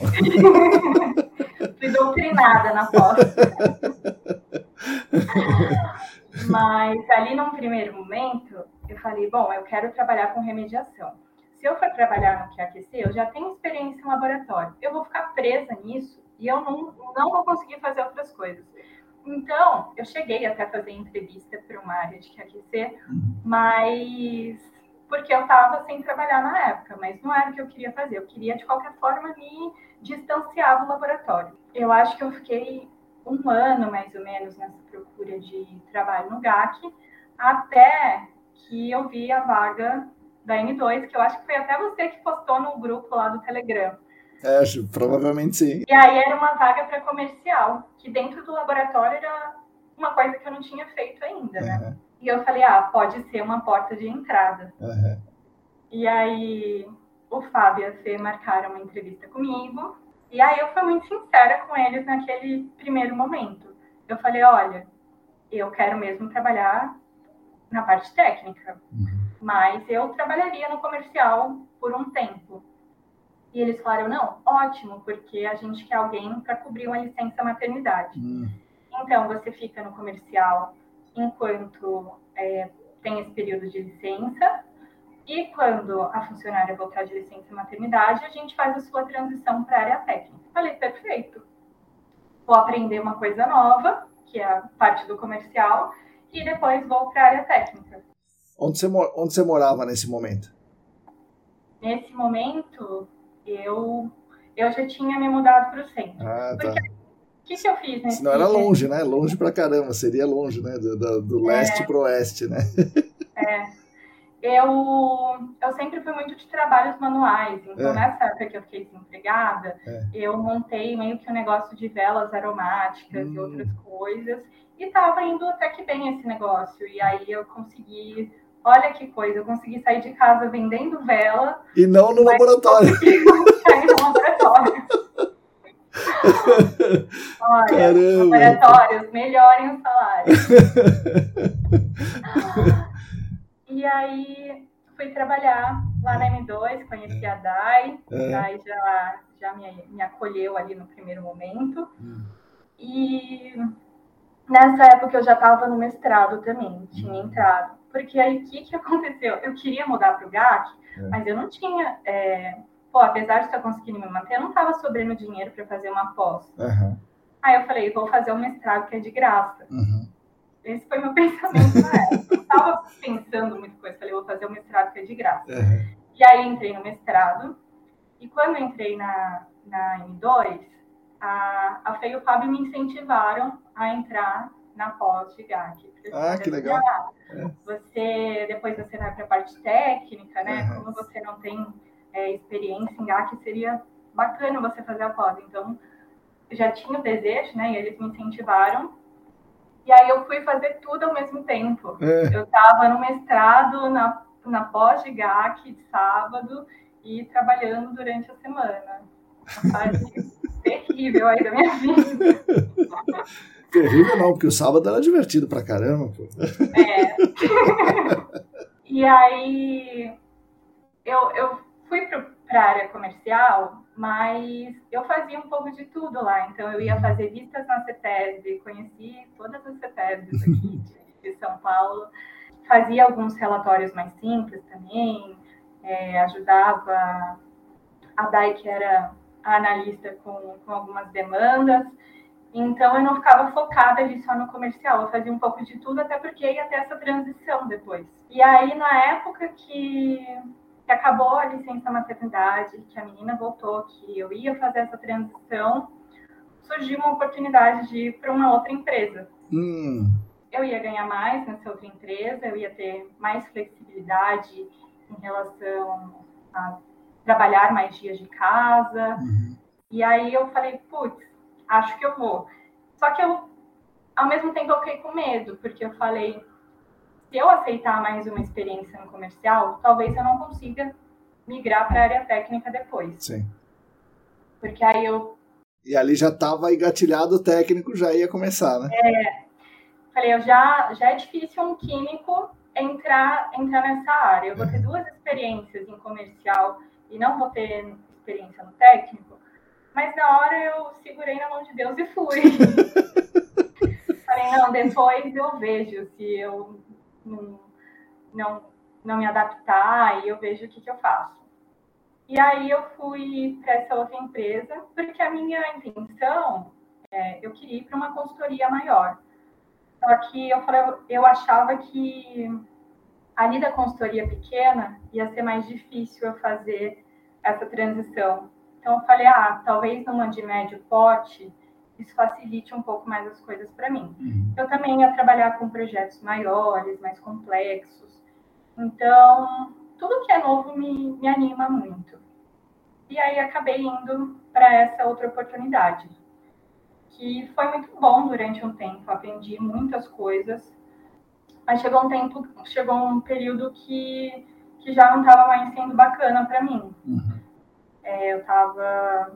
Fui doutrinada na pós. Mas ali num primeiro momento, eu falei, bom, eu quero trabalhar com remediação. Se eu for trabalhar no QAQC, eu já tenho experiência em laboratório. Eu vou ficar presa nisso e eu não vou conseguir fazer outras coisas. Então, eu cheguei até a fazer entrevista para uma área de QAQC, mas porque eu estava sem trabalhar na época, mas não era o que eu queria fazer. Eu queria, de qualquer forma, me distanciar do laboratório. Eu acho que eu fiquei 1 ano, mais ou menos, nessa procura de trabalho no GAC, até que eu vi a vaga da N2, que eu acho que foi até você que postou no grupo lá do Telegram. Provavelmente sim. E aí era uma vaga para comercial, que dentro do laboratório era uma coisa que eu não tinha feito ainda, né? E eu falei, pode ser uma porta de entrada. E aí o Fábio e a Fê marcaram uma entrevista comigo, e aí eu fui muito sincera com eles naquele primeiro momento. Eu falei, olha, eu quero mesmo trabalhar na parte técnica, mas eu trabalharia no comercial por um tempo. E eles falaram, não, ótimo, porque a gente quer alguém para cobrir uma licença maternidade. Então, você fica no comercial enquanto tem esse período de licença, e quando a funcionária voltar de licença maternidade, a gente faz a sua transição para a área técnica. Falei, perfeito. Vou aprender uma coisa nova, que é a parte do comercial, e depois vou para a área técnica. Onde você morava nesse momento? Nesse momento, eu já tinha me mudado para o centro. Porque o que eu fiz nesse Senão era longe, né? Longe pra caramba, seria longe, né? Do leste pro oeste, né? Eu sempre fui muito de trabalhos manuais, então nessa época que eu fiquei desempregada, eu montei meio que um negócio de velas aromáticas e outras coisas, e estava indo até que bem esse negócio, e aí eu consegui, olha que coisa, eu consegui sair de casa vendendo vela. E não no laboratório. Sair no laboratório. Olha, caramba. Laboratórios, melhorem o salário. E aí fui trabalhar lá na M2, conheci a Dai, a Dai já me acolheu ali no primeiro momento. E nessa época eu já estava no mestrado também, tinha entrado. Porque aí o que aconteceu? Eu queria mudar para o GAC, mas eu não tinha pô, apesar de estar conseguindo me manter, eu não estava sobrando dinheiro para fazer uma pós. Uhum. Aí eu falei, vou fazer um mestrado que é de graça. Uhum. Esse foi meu pensamento na época. Eu não estava pensando muita coisa. Falei, vou fazer um mestrado que é de graça. Uhum. E aí entrei no mestrado. E quando eu entrei na M2, a Fê e o Fábio me incentivaram a entrar na pós de GAC. Que legal. Depois você vai para a parte técnica, né? Uhum. Como você não tem experiência em GAC, seria bacana você fazer a pós. Então, eu já tinha o desejo, né? E eles me incentivaram. E aí eu fui fazer tudo ao mesmo tempo. Eu estava no mestrado, na pós de GAC, de sábado, e trabalhando durante a semana. Uma fase terrível aí da minha vida. Terrível não, porque o sábado era divertido pra caramba, pô. E aí eu fui para a área comercial, mas eu fazia um pouco de tudo lá. Então, eu ia fazer vistas na CETESB, conheci todas as CETESBs aqui de São Paulo, fazia alguns relatórios mais simples também, ajudava a Dai, que era a analista, com algumas demandas. Então, eu não ficava focada ali só no comercial, eu fazia um pouco de tudo, até porque ia ter essa transição depois. E aí, na época que acabou a licença maternidade, que a menina voltou, que eu ia fazer essa transição, surgiu uma oportunidade de ir para uma outra empresa. Eu ia ganhar mais nessa outra empresa, eu ia ter mais flexibilidade em relação a trabalhar mais dias de casa. E aí eu falei, putz, acho que eu vou. Só que eu, ao mesmo tempo, eu fiquei com medo, porque eu falei, se eu aceitar mais uma experiência no comercial, talvez eu não consiga migrar para a área técnica depois. Sim. Porque aí eu... E ali já estava engatilhado o técnico, já ia começar, né? Falei, já é difícil um químico entrar nessa área. Eu vou ter 2 experiências em comercial e não vou ter experiência no técnico. Mas na hora eu segurei na mão de Deus e fui. Falei, não, depois eu vejo se eu não me adaptar e eu vejo o que eu faço. E aí eu fui para essa outra empresa, porque a minha intenção, eu queria ir para uma consultoria maior. Só que eu achava que ali da consultoria pequena ia ser mais difícil eu fazer essa transição. Então eu falei, talvez numa de médio porte, isso facilite um pouco mais as coisas para mim. Eu também ia trabalhar com projetos maiores, mais complexos. Então, tudo que é novo me anima muito. E aí acabei indo para essa outra oportunidade, que foi muito bom durante um tempo, aprendi muitas coisas, mas chegou um período que já não estava mais sendo bacana para mim. Eu estava...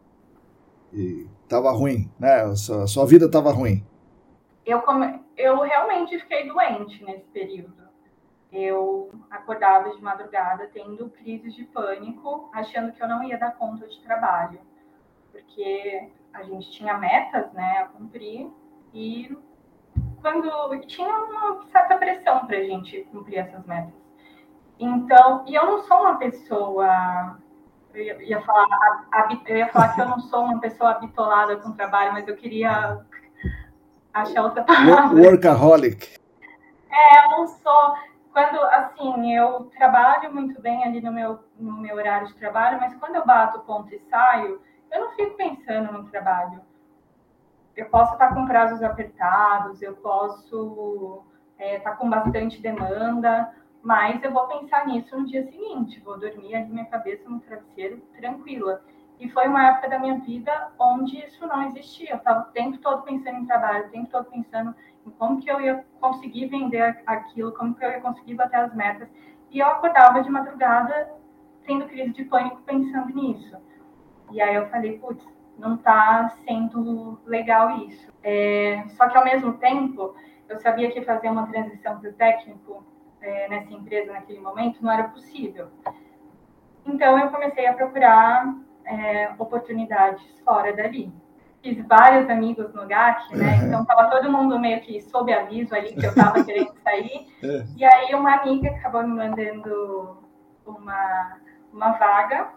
Tava ruim, né? A sua vida estava ruim. Eu realmente fiquei doente nesse período. Eu acordava de madrugada tendo crises de pânico, achando que eu não ia dar conta de trabalho. Porque a gente tinha metas, né, a cumprir, e tinha uma certa pressão para a gente cumprir essas metas. Então, e eu não sou uma pessoa... Eu ia falar que eu não sou uma pessoa bitolada com o trabalho, mas eu queria achar outra palavra. Workaholic. Eu não sou... Quando, assim, eu trabalho muito bem ali no meu horário de trabalho, mas quando eu bato o ponto e saio, eu não fico pensando no trabalho. Eu posso estar com prazos apertados, eu posso estar com bastante demanda, mas eu vou pensar nisso no dia seguinte, vou dormir ali minha cabeça no travesseiro tranquila. E foi uma época da minha vida onde isso não existia. Eu estava o tempo todo pensando em trabalho, o tempo todo pensando em como que eu ia conseguir vender aquilo, como que eu ia conseguir bater as metas. E eu acordava de madrugada tendo crise de pânico pensando nisso. E aí eu falei, putz, não está sendo legal isso. Só que ao mesmo tempo, eu sabia que fazer uma transição para o técnico nessa empresa naquele momento não era possível. Então eu comecei a procurar oportunidades fora dali. Fiz vários amigos no GAC, né? Então estava todo mundo meio que sob aviso ali que eu estava querendo sair. E aí uma amiga acabou me mandando uma vaga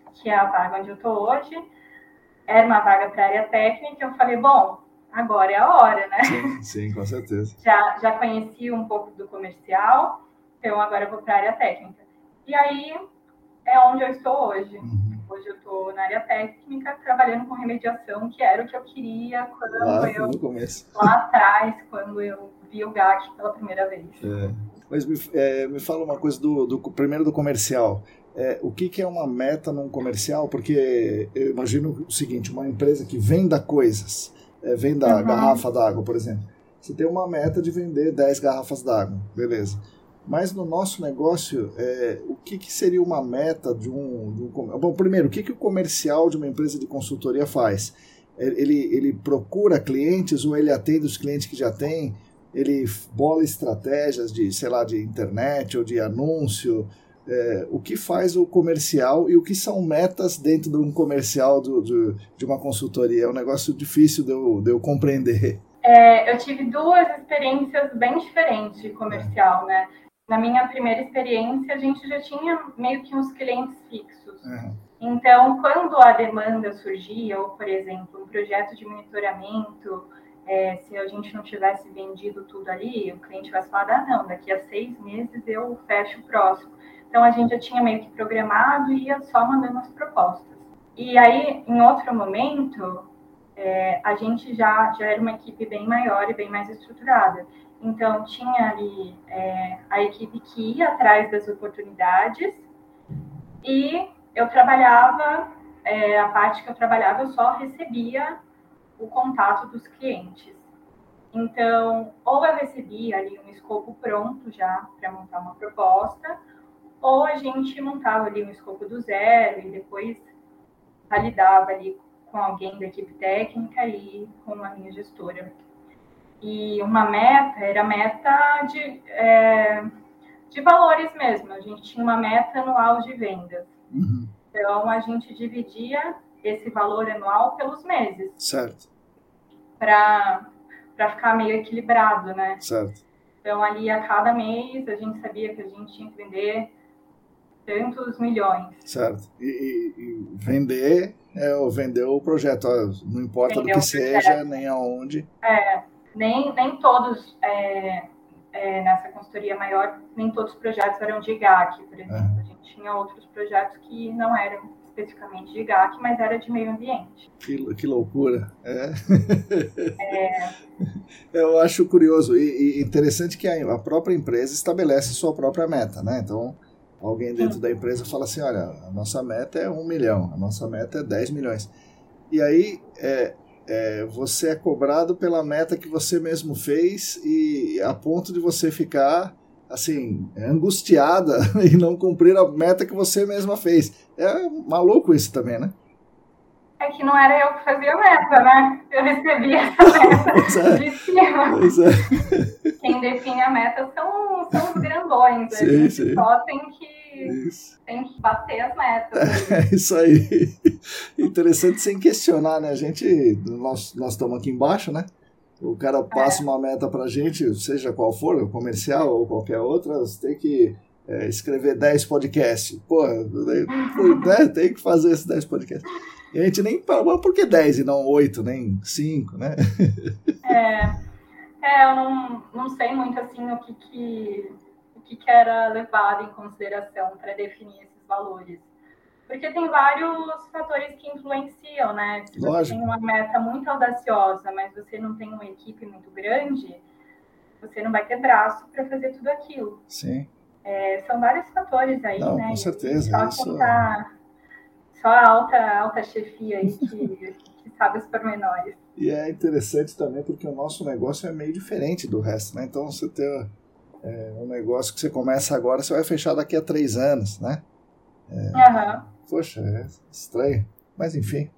que é a vaga onde eu estou hoje. Era uma vaga para a área técnica. Eu falei, bom, agora é a hora, né? Sim, com certeza. Já conheci um pouco do comercial, então agora eu vou para a área técnica. E aí é onde eu estou hoje. Hoje eu estou na área técnica, trabalhando com remediação, que era o que eu queria lá atrás, quando eu vi o GAC pela primeira vez. Mas me fala uma coisa primeiro do comercial. O que é uma meta num comercial? Porque eu imagino o seguinte, uma empresa que venda coisas, venda garrafa d'água, por exemplo. Você tem uma meta de vender 10 garrafas d'água, beleza. Mas no nosso negócio, o que seria uma meta de um... Bom, primeiro, o que o comercial de uma empresa de consultoria faz? Ele procura clientes ou ele atende os clientes que já tem? Ele bola estratégias de, sei lá, de internet ou de anúncio? O que faz o comercial e o que são metas dentro de um comercial de uma consultoria? É um negócio difícil de eu compreender. Eu tive duas experiências bem diferentes de comercial, né? Na minha primeira experiência, a gente já tinha meio que uns clientes fixos. Então, quando a demanda surgia, ou, por exemplo, um projeto de monitoramento, se a gente não tivesse vendido tudo ali, o cliente vai falar, não, daqui a 6 meses eu fecho o próximo. Então, a gente já tinha meio que programado e ia só mandando as propostas. E aí, em outro momento, a gente já era uma equipe bem maior e bem mais estruturada. Então, tinha ali a equipe que ia atrás das oportunidades e eu trabalhava, a parte que eu trabalhava, eu só recebia o contato dos clientes. Então, ou eu recebia ali um escopo pronto já para montar uma proposta, ou a gente montava ali um escopo do zero e depois validava ali com alguém da equipe técnica e com a minha gestora. E uma meta era meta de valores mesmo. A gente tinha uma meta anual de vendas. Então, a gente dividia esse valor anual pelos meses. Certo. Para ficar meio equilibrado, né? Certo. Então, ali a cada mês, a gente sabia que a gente tinha que vender tantos milhões. Certo. E vender vender o projeto. Não importa do que seja, nem aonde. Nem todos, nessa consultoria maior, nem todos os projetos eram de GAC, por exemplo. A gente tinha outros projetos que não eram especificamente de GAC, mas era de meio ambiente. Que loucura. Eu acho curioso e interessante que a própria empresa estabelece sua própria meta, né? Então, alguém dentro da empresa fala assim, olha, a nossa meta é 1 milhão, a nossa meta é 10 milhões. E aí, você é cobrado pela meta que você mesmo fez e a ponto de você ficar, assim, angustiada e não cumprir a meta que você mesma fez. É maluco isso também, né? É que não era eu que fazia a meta, né? Eu recebia essa meta de cima. Pois é. Quem define a meta são os grandões. A gente só tem que bater as metas. É isso aí. Interessante sem questionar, né? Nós estamos aqui embaixo, né? O cara passa uma meta pra gente, seja qual for, comercial ou qualquer outra, você tem que escrever 10 podcasts. Tem que fazer esses 10 podcasts. E a gente nem fala, por que 10 e não 8, nem 5, né? Eu não sei muito assim o que era levado em consideração para definir esses valores. Porque tem vários fatores que influenciam, né? Se você tem uma meta muito audaciosa, mas você não tem uma equipe muito grande, você não vai ter braço para fazer tudo aquilo. Sim. São vários fatores aí, né? Com certeza. Só a alta chefia aí que sabe os pormenores. E é interessante também porque o nosso negócio é meio diferente do resto, né? Então, você tem um negócio que você começa agora, você vai fechar daqui a 3 anos, né? Poxa, é estranho. Mas, enfim.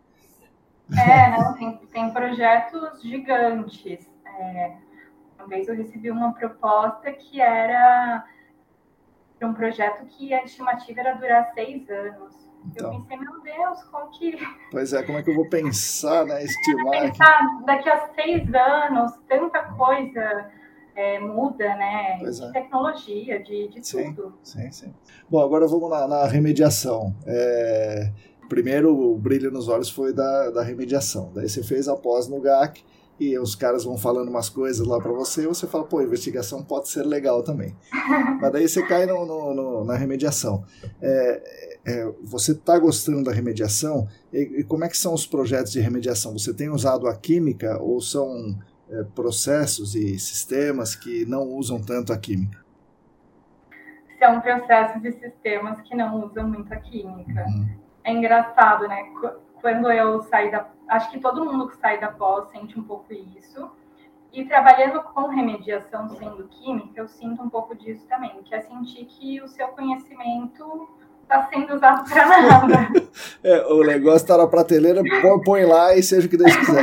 Tem projetos gigantes. Uma vez eu recebi uma proposta que era um projeto que a estimativa era durar 6 anos. Então, eu pensei, meu Deus, como que... Pois como é que eu vou pensar, né? Estimar daqui a 6 anos, tanta coisa muda, né? De tecnologia, de tudo. Sim. Bom, agora vamos na remediação. primeiro o brilho nos olhos foi da remediação. Daí você fez a pós no GAC e os caras vão falando umas coisas lá para você e você fala, pô, investigação pode ser legal também. Mas daí você cai na remediação. Você está gostando da remediação? E como é que são os projetos de remediação? Você tem usado a química ou são processos e sistemas que não usam tanto a química? São processos e sistemas que não usam muito a química. É engraçado, né? Quando eu saí acho que todo mundo que sai da pós sente um pouco isso. E trabalhando com remediação sendo química, eu sinto um pouco disso também, que é sentir que o seu conhecimento está sendo usado para nada. O negócio está na prateleira, põe lá e seja o que Deus quiser.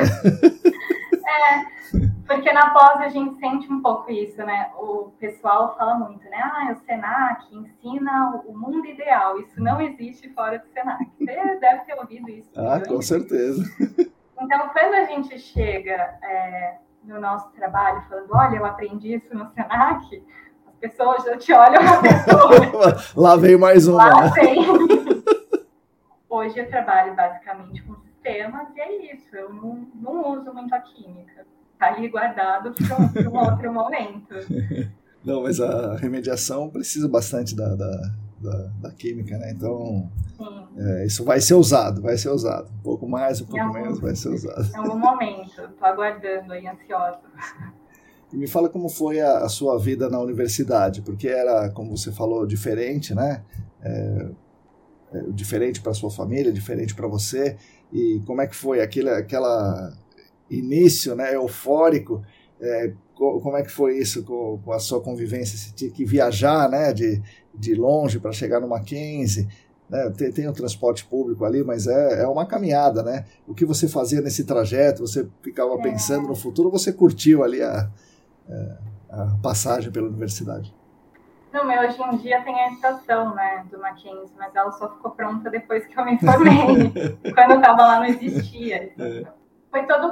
Porque na pós a gente sente um pouco isso, né? O pessoal fala muito, né? O Senac ensina o mundo ideal. Isso não existe fora do Senac. Você deve ter ouvido isso. Com certeza. Então, quando a gente chega no nosso trabalho falando, olha, eu aprendi isso no Senac, as pessoas já te olham na pessoa. Lá veio mais uma. Lá vem. Hoje eu trabalho basicamente com sistemas e é isso. Eu não uso muito a química. Está ali guardado para um outro momento. Não, mas a remediação precisa bastante da química, né? Então, isso vai ser usado. Um pouco mais, um pouco menos, vai ser usado. Em algum momento, estou aguardando aí, ansiosa. E me fala como foi a sua vida na universidade, porque era, como você falou, diferente, né? Diferente para sua família, diferente para você. E como é que foi aquela início, né, eufórico, como é que foi isso com a sua convivência? Você tinha que viajar, né, de longe para chegar no Mackenzie, né? Tem o transporte público ali, mas é uma caminhada, né? O que você fazia nesse trajeto? Você ficava pensando no futuro ou você curtiu ali a passagem pela universidade? Não, hoje em dia tem a estação, né, do Mackenzie, mas ela só ficou pronta depois que eu me formei. Quando eu estava lá não existia. Foi todo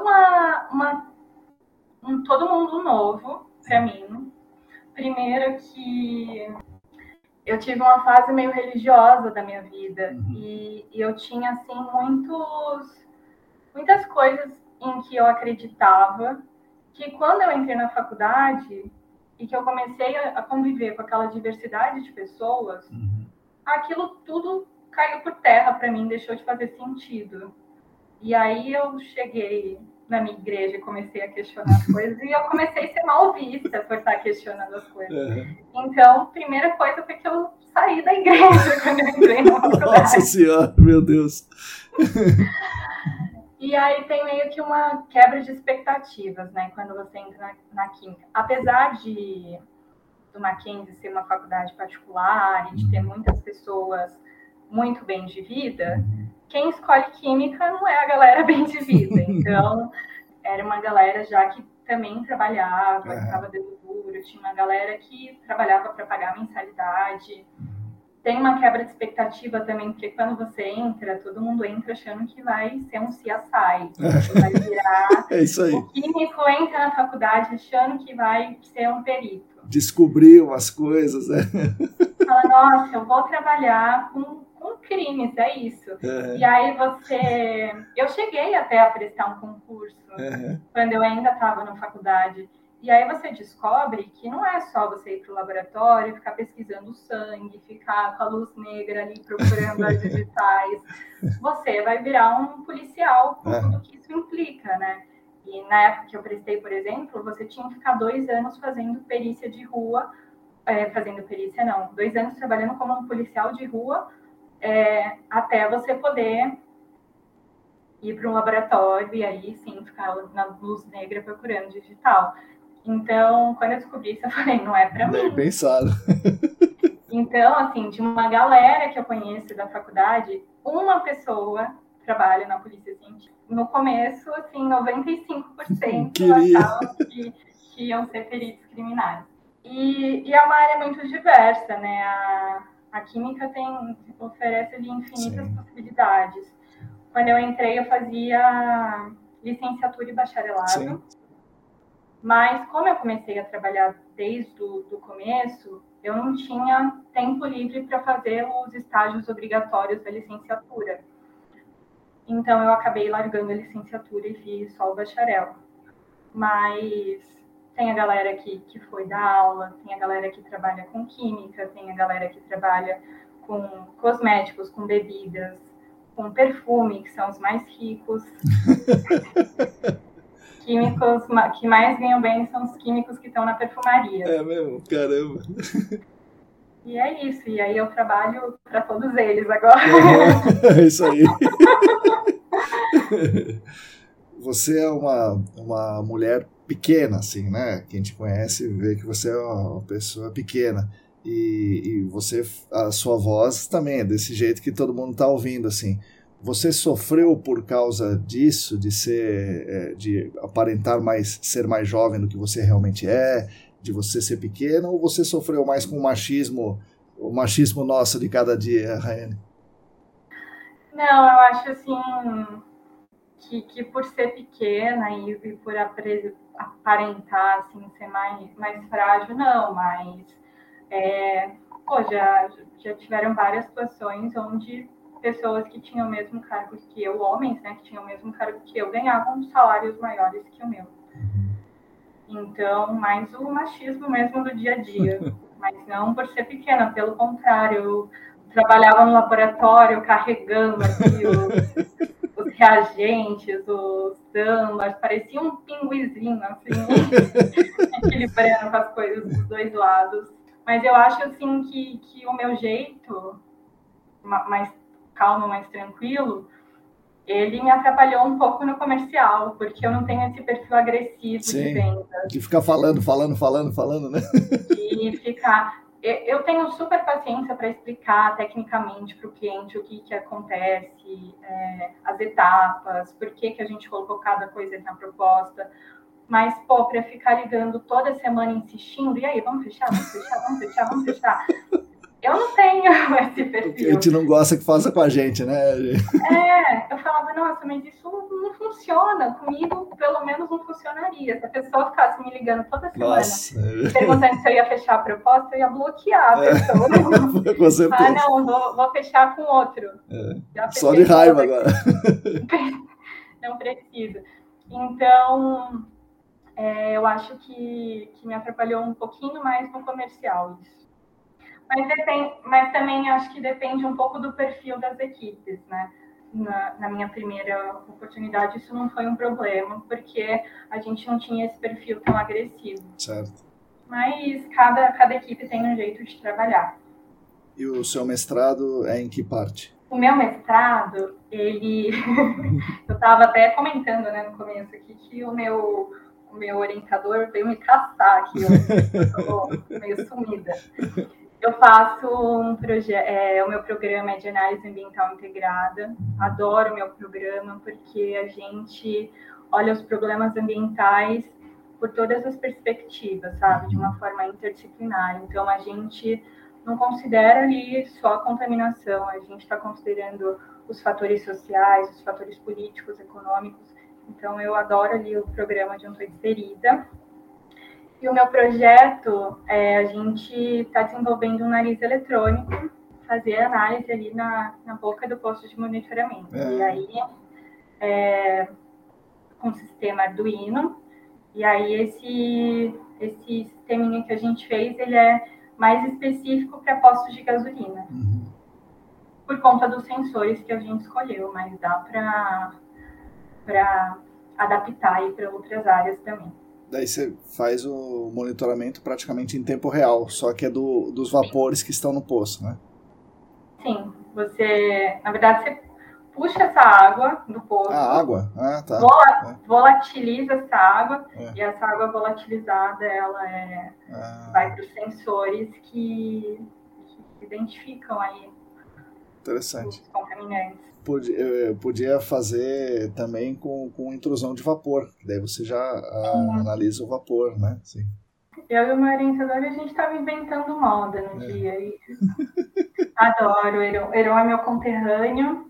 todo mundo novo para mim. Primeiro que eu tive uma fase meio religiosa da minha vida e eu tinha assim muitas coisas em que eu acreditava que quando eu entrei na faculdade e que eu comecei a conviver com aquela diversidade de pessoas, aquilo tudo caiu por terra para mim, deixou de fazer sentido. E aí eu cheguei na minha igreja e comecei a questionar as coisas e eu comecei a ser mal vista por estar questionando as coisas. Então, a primeira coisa foi que eu saí da igreja quando eu entrei na faculdade. Nossa Senhora, meu Deus! E aí tem meio que uma quebra de expectativas, né, quando você entra na química. Apesar do Mackenzie ser uma faculdade particular e de ter muitas pessoas muito bem de vida, quem escolhe química não é a galera bem de vida. Então, era uma galera já que também trabalhava, estava dando duro, tinha uma galera que trabalhava para pagar a mensalidade. Tem uma quebra de expectativa também, porque quando você entra, todo mundo entra achando que vai ser um CSI, que vai virar... É isso aí. O químico entra na faculdade achando que vai ser um perito. Descobrir umas coisas, né? Fala, nossa, eu vou trabalhar com crimes, é isso. E aí eu cheguei até a prestar um concurso quando eu ainda estava na faculdade. E aí você descobre que não é só você ir para o laboratório, ficar pesquisando o sangue, ficar com a luz negra ali procurando as digitais. Você vai virar um policial com tudo que isso implica, né? E na época que eu prestei, por exemplo, você tinha que ficar 2 anos fazendo perícia de rua, 2 anos trabalhando como um policial de rua, até você poder ir para um laboratório e aí sim ficar na luz negra procurando digital. Então, quando eu descobri isso, eu falei, não é para mim. Bem pensado. Então, assim, de uma galera que eu conheço da faculdade, uma pessoa trabalha na polícia científica. No começo, assim, 95% achavam que iam ser peritos criminais. E é uma área muito diversa, né? A química oferece ali infinitas possibilidades. Quando eu entrei, eu fazia licenciatura e bacharelado. Sim. Mas como eu comecei a trabalhar desde o começo, eu não tinha tempo livre para fazer os estágios obrigatórios da licenciatura. Então, eu acabei largando a licenciatura e fiz só o bacharel. Mas tem a galera que foi dar aula, tem a galera que trabalha com química, tem a galera que trabalha com cosméticos, com bebidas, com perfume, que são os mais ricos. Químicos que mais ganham bem são os químicos que estão na perfumaria. É mesmo? Caramba! E é isso, e aí eu trabalho para todos eles agora. É isso aí. Você é uma mulher pequena, assim, né? Quem te conhece vê que você é uma pessoa pequena. E você, a sua voz também é desse jeito que todo mundo está ouvindo, assim. Você sofreu por causa disso, de aparentar ser mais jovem do que você realmente é, de você ser pequena, ou você sofreu mais com o machismo nosso de cada dia, Raiane? Não, eu acho assim que por ser pequena e por aparentar assim, ser mais frágil, não, mas já tiveram várias situações onde pessoas que tinham o mesmo cargo que eu, homens, né, que tinham o mesmo cargo que eu, ganhavam salários maiores que o meu. Então, mais o machismo mesmo do dia a dia, mas não por ser pequena, pelo contrário, eu trabalhava no laboratório carregando aqui os reagentes, os damas, parecia um pinguizinho, assim, equilibrando com as coisas dos dois lados. Mas eu acho, assim, que o meu jeito mais calmo, mais tranquilo, ele me atrapalhou um pouco no comercial, porque eu não tenho esse perfil agressivo de vendas. De ficar falando, né? De ficar... Eu tenho super paciência para explicar tecnicamente para o cliente o que acontece, as etapas, por que a gente colocou cada coisa na proposta. Mas, para ficar ligando toda semana insistindo, e aí, vamos fechar? Eu não tenho esse perfil. A gente não gosta que faça com a gente, né? Eu falava, nossa, mas isso não funciona. Comigo, pelo menos, não funcionaria. Se a pessoa ficasse me ligando toda semana, perguntando se eu ia fechar a proposta, eu ia bloquear a pessoa. Com certeza. Não, vou fechar com outro. Só de raiva agora. Não precisa. Então, eu acho que me atrapalhou um pouquinho mais no comercial isso. Mas também acho que depende um pouco do perfil das equipes, né? Na minha primeira oportunidade, isso não foi um problema, porque a gente não tinha esse perfil tão agressivo. Certo. Mas cada equipe tem um jeito de trabalhar. E o seu mestrado é em que parte? O meu mestrado, ele... Eu estava até comentando, né, no começo aqui, que o meu orientador veio me caçar aqui, eu tô meio sumida. Eu faço um projeto, o meu programa é de análise ambiental integrada. Adoro o meu programa porque a gente olha os problemas ambientais por todas as perspectivas, sabe? De uma forma interdisciplinar. Então, a gente não considera ali só a contaminação, a gente está considerando os fatores sociais, os fatores políticos, econômicos. Então, eu adoro ali o programa de onde estou inserida. E o meu projeto, a gente está desenvolvendo um nariz eletrônico, fazer análise ali na boca do posto de monitoramento. E aí, com o sistema Arduino, e aí esse sisteminha que a gente fez, ele é mais específico para postos de gasolina. Por conta dos sensores que a gente escolheu, mas dá para adaptar aí para outras áreas também. Daí você faz o monitoramento praticamente em tempo real, só que é dos vapores que estão no poço, né? Sim, na verdade, você puxa essa água do poço. Água? Tá. Volatiliza essa água, e essa água volatilizada, ela vai para os sensores que identificam aí interessante. Os contaminantes. Podia fazer também com intrusão de vapor, daí você já analisa o vapor, né? Sim. Eu e o meu orientador, a gente estava inventando moda no dia. E... Adoro, o Heron é meu conterrâneo.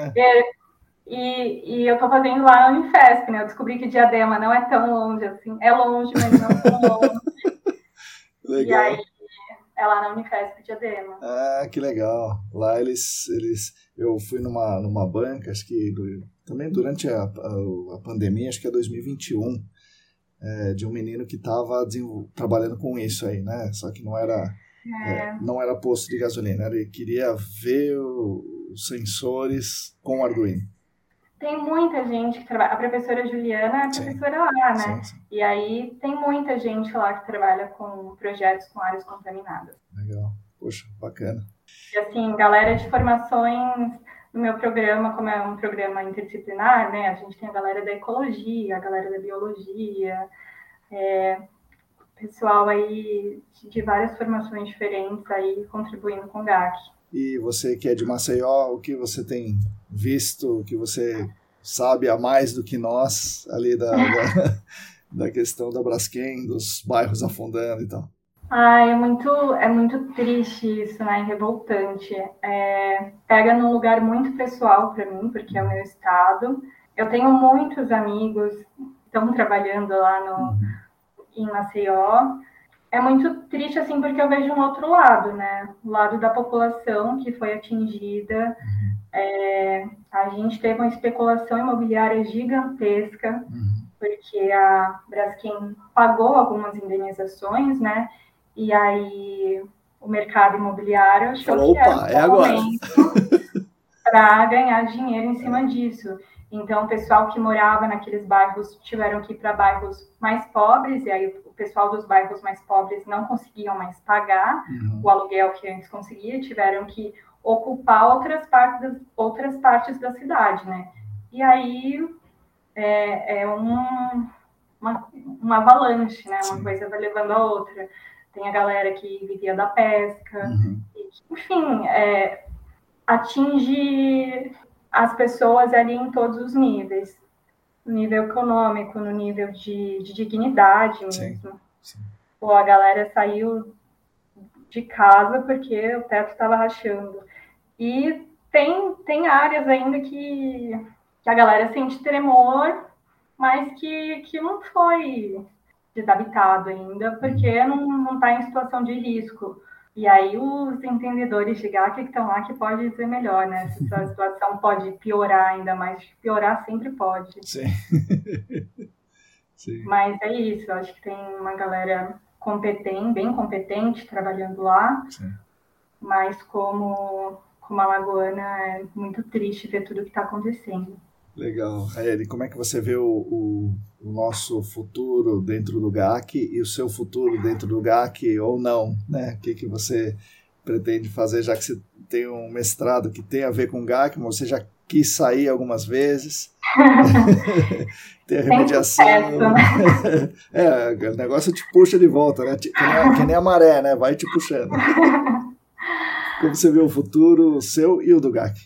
E eu estou fazendo lá na Unifesp, né? Eu descobri que Diadema não é tão longe assim. É longe, mas não tão longe. Legal. E aí, É lá na Unifesp Diadema. Ah, que legal. Lá eu fui numa banca, acho que também durante a pandemia, acho que é 2021, de um menino que estava trabalhando com isso aí, né? Só que não era posto de gasolina, ele queria ver os sensores com Arduino. Tem muita gente que trabalha. A professora Juliana é professora lá, né? Sim. E aí tem muita gente lá que trabalha com projetos com áreas contaminadas. Legal. Poxa, bacana. E assim, galera de formações no meu programa, como é um programa interdisciplinar, né? A gente tem a galera da ecologia, a galera da biologia, pessoal aí de várias formações diferentes aí contribuindo com o GAC. E você que é de Maceió, o que você tem visto, o que você sabe a mais do que nós ali da questão da Braskem, dos bairros afundando e tal? É muito triste isso, né? Revoltante. Pega num lugar muito pessoal para mim, porque é o meu estado. Eu tenho muitos amigos que estão trabalhando lá em Maceió. É muito triste, assim, porque eu vejo um outro lado, né? O lado da população que foi atingida. A gente teve uma especulação imobiliária gigantesca, porque a Braskem pagou algumas indenizações, né? E aí o mercado imobiliário achou que era um momento para ganhar dinheiro em cima disso. Então, o pessoal que morava naqueles bairros tiveram que ir para bairros mais pobres, e aí o pessoal dos bairros mais pobres não conseguiam mais pagar o aluguel que antes conseguia, tiveram que ocupar outras partes da cidade, né? E aí uma avalanche, né? Uma coisa vai levando a outra. Tem a galera que vivia da pesca, enfim, atinge as pessoas ali em todos os níveis, no nível econômico, no nível de dignidade mesmo. Sim. Pô, a galera saiu de casa porque o teto estava rachando. E tem áreas ainda que a galera sente tremor, mas que não foi desabitado ainda, porque não está em situação de risco. E aí os entendedores de GAC que estão lá que pode dizer melhor, né? Se a situação pode piorar ainda mais. Piorar sempre pode. Sim. Sim. Mas é isso, eu acho que tem uma galera bem competente trabalhando lá. Sim. Mas como alagoana é muito triste ver tudo que está acontecendo. Legal. Raeli, como é que você vê o nosso futuro dentro do GAC e o seu futuro dentro do GAC ou não, né? O que você pretende fazer, já que você tem um mestrado que tem a ver com GAC, mas você já quis sair algumas vezes. Tem a remediação. O negócio te puxa de volta, né? Que nem a maré, né? Vai te puxando. Como você vê o futuro seu e o do GAC?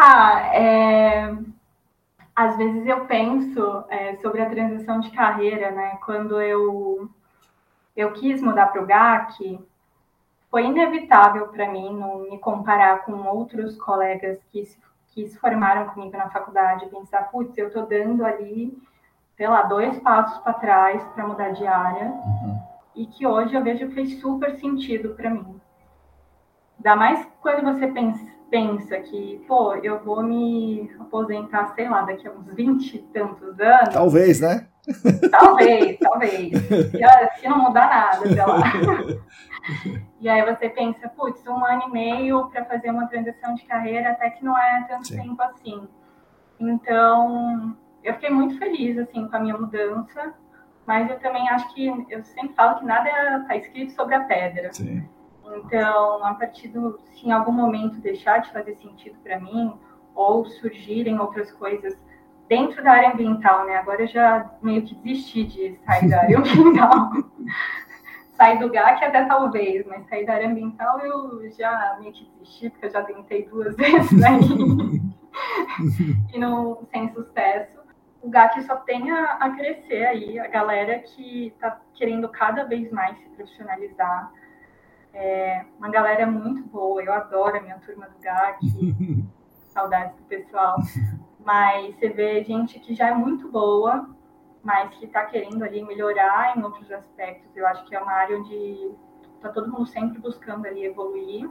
Às vezes eu penso sobre a transição de carreira, né? Quando eu quis mudar para o GAC, foi inevitável para mim não me comparar com outros colegas que se formaram comigo na faculdade, pensar, putz, eu estou dando ali, sei lá, 2 passos para trás para mudar de área, e que hoje eu vejo que fez super sentido para mim. Ainda mais quando você pensa que, pô, eu vou me aposentar, sei lá, daqui a uns 20 e tantos anos. Talvez, né? Talvez. Se não mudar nada, sei lá. E aí você pensa, putz, 1 ano e meio para fazer uma transição de carreira, até que não é tanto tempo assim. Então, eu fiquei muito feliz, assim, com a minha mudança, mas eu também acho que, eu sempre falo que nada está escrito sobre a pedra. Sim. Então, se em algum momento deixar de fazer sentido para mim, ou surgirem outras coisas dentro da área ambiental, né? Agora eu já meio que desisti de sair da área ambiental. Sair do GAC até talvez, mas sair da área ambiental eu já meio que desisti, porque eu já tentei 2 vezes aí e não, sem sucesso. O GAC só tem a crescer aí, a galera que está querendo cada vez mais se profissionalizar. Uma galera muito boa, eu adoro a minha turma do GAC, saudades do pessoal, mas você vê gente que já é muito boa, mas que está querendo ali melhorar em outros aspectos. Eu acho que é uma área onde tá todo mundo sempre buscando ali evoluir.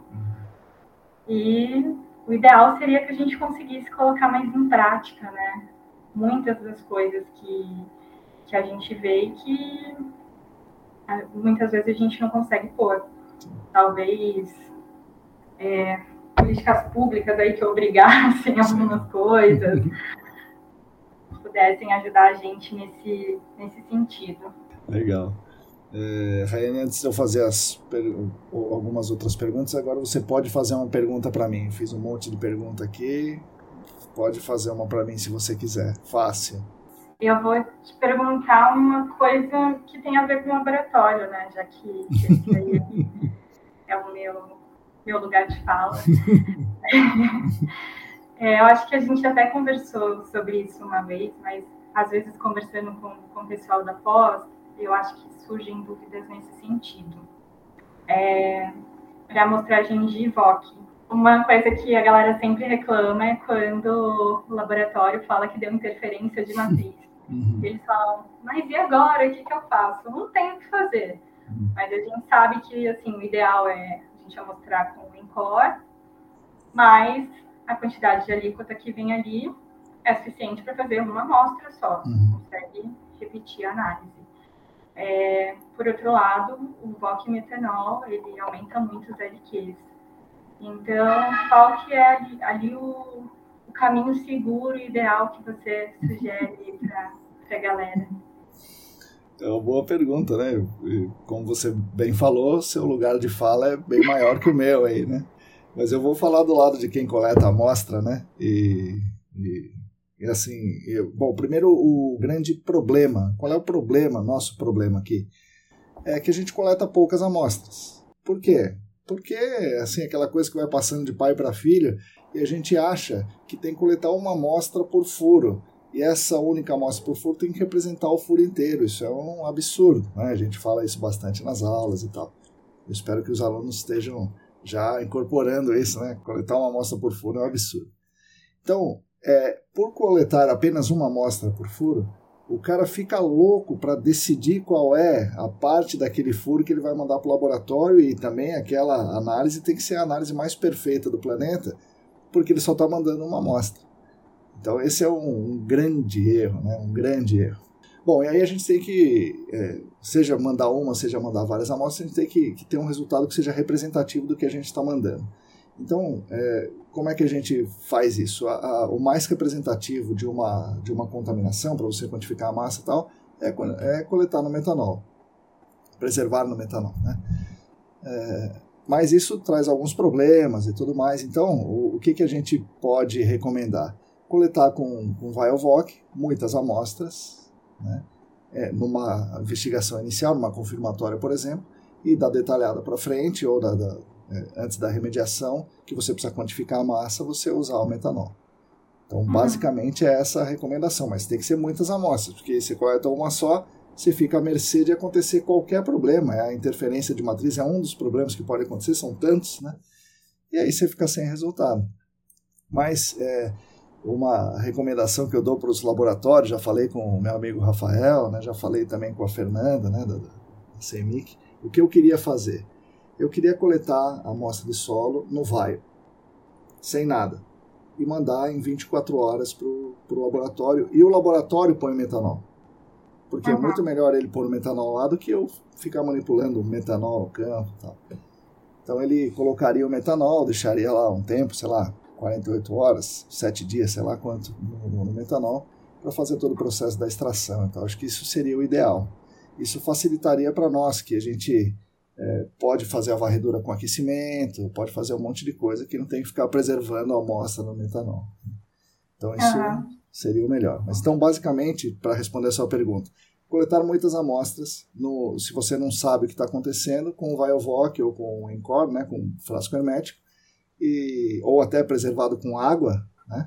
E o ideal seria que a gente conseguisse colocar mais em prática, né? Muitas das coisas que a gente vê e que muitas vezes a gente não consegue pôr. Talvez políticas públicas aí que obrigassem algumas coisas, pudessem ajudar a gente nesse sentido. Legal. Raiane, antes de eu fazer algumas outras perguntas, agora você pode fazer uma pergunta para mim. Eu fiz um monte de pergunta aqui, pode fazer uma para mim se você quiser. Fácil. Eu vou te perguntar uma coisa que tem a ver com o laboratório, né? Já que esse aí é o meu lugar de fala. Eu acho que a gente até conversou sobre isso uma vez, mas às vezes conversando com o pessoal da pós, eu acho que surgem dúvidas nesse sentido. Para a amostragem de IVOC. Uma coisa que a galera sempre reclama é quando o laboratório fala que deu interferência de matriz. Eles falam, mas e agora? O que eu faço? Não tem o que fazer. Mas a gente sabe que assim, o ideal é a gente amostrar com o INCOR, mas a quantidade de alíquota que vem ali é suficiente para fazer uma amostra só. Consegue repetir a análise. Por outro lado, o VOC metanol, ele aumenta muito os LQs. Então, qual que é ali o caminho seguro e ideal que você sugere para a galera? É uma boa pergunta, né? Como você bem falou, seu lugar de fala é bem maior que o meu aí, né? Mas eu vou falar do lado de quem coleta a amostra, né? E assim, bom, primeiro o grande problema. Qual é o problema, nosso problema aqui? É que a gente coleta poucas amostras. Por quê? Porque, assim, aquela coisa que vai passando de pai para filho e a gente acha que tem que coletar uma amostra por furo. E essa única amostra por furo tem que representar o furo inteiro. Isso é um absurdo, né? A gente fala isso bastante nas aulas e tal. Eu espero que os alunos estejam já incorporando isso, né? Coletar uma amostra por furo é um absurdo. Então, por coletar apenas uma amostra por furo, o cara fica louco para decidir qual é a parte daquele furo que ele vai mandar para o laboratório, e também aquela análise tem que ser a análise mais perfeita do planeta, porque ele só está mandando uma amostra. Então esse é um grande erro, né? Um grande erro. Bom, e aí a gente tem que, seja mandar uma, seja mandar várias amostras, a gente tem que ter um resultado que seja representativo do que a gente está mandando. Então, como é que a gente faz isso? O mais representativo de uma contaminação, para você quantificar a massa e tal, é coletar no metanol, preservar no metanol, né? Mas isso traz alguns problemas e tudo mais. Então, o que a gente pode recomendar? Coletar com VIOVOC muitas amostras, né? Numa investigação inicial, numa confirmatória, por exemplo, e dar detalhada para frente, ou antes da remediação, que você precisa quantificar a massa, você usar o metanol. Então, basicamente, é essa a recomendação, mas tem que ser muitas amostras, porque você coleta uma só, você fica à mercê de acontecer qualquer problema. A interferência de matriz é um dos problemas que pode acontecer, são tantos, né? E aí você fica sem resultado. Mas uma recomendação que eu dou para os laboratórios, já falei com o meu amigo Rafael, né? Já falei também com a Fernanda, né? da CEMIC, o que eu queria fazer? Eu queria coletar a amostra de solo no VIO, sem nada, e mandar em 24 horas para o laboratório, e o laboratório põe o metanol. Porque é muito melhor ele pôr o metanol lá do que eu ficar manipulando o metanol no campo e tal. Então ele colocaria o metanol, deixaria lá um tempo, sei lá, 48 horas, 7 dias, sei lá quanto, no metanol, para fazer todo o processo da extração. Então acho que isso seria o ideal. Isso facilitaria para nós, que a gente pode fazer a varredura com aquecimento, pode fazer um monte de coisa que não tem que ficar preservando a amostra no metanol. Então isso seria o melhor. Mas então, basicamente, para responder a sua pergunta, coletar muitas amostras, se você não sabe o que está acontecendo, com o VIOVOC ou com o INCOR, né, com frasco hermético, ou até preservado com água, né?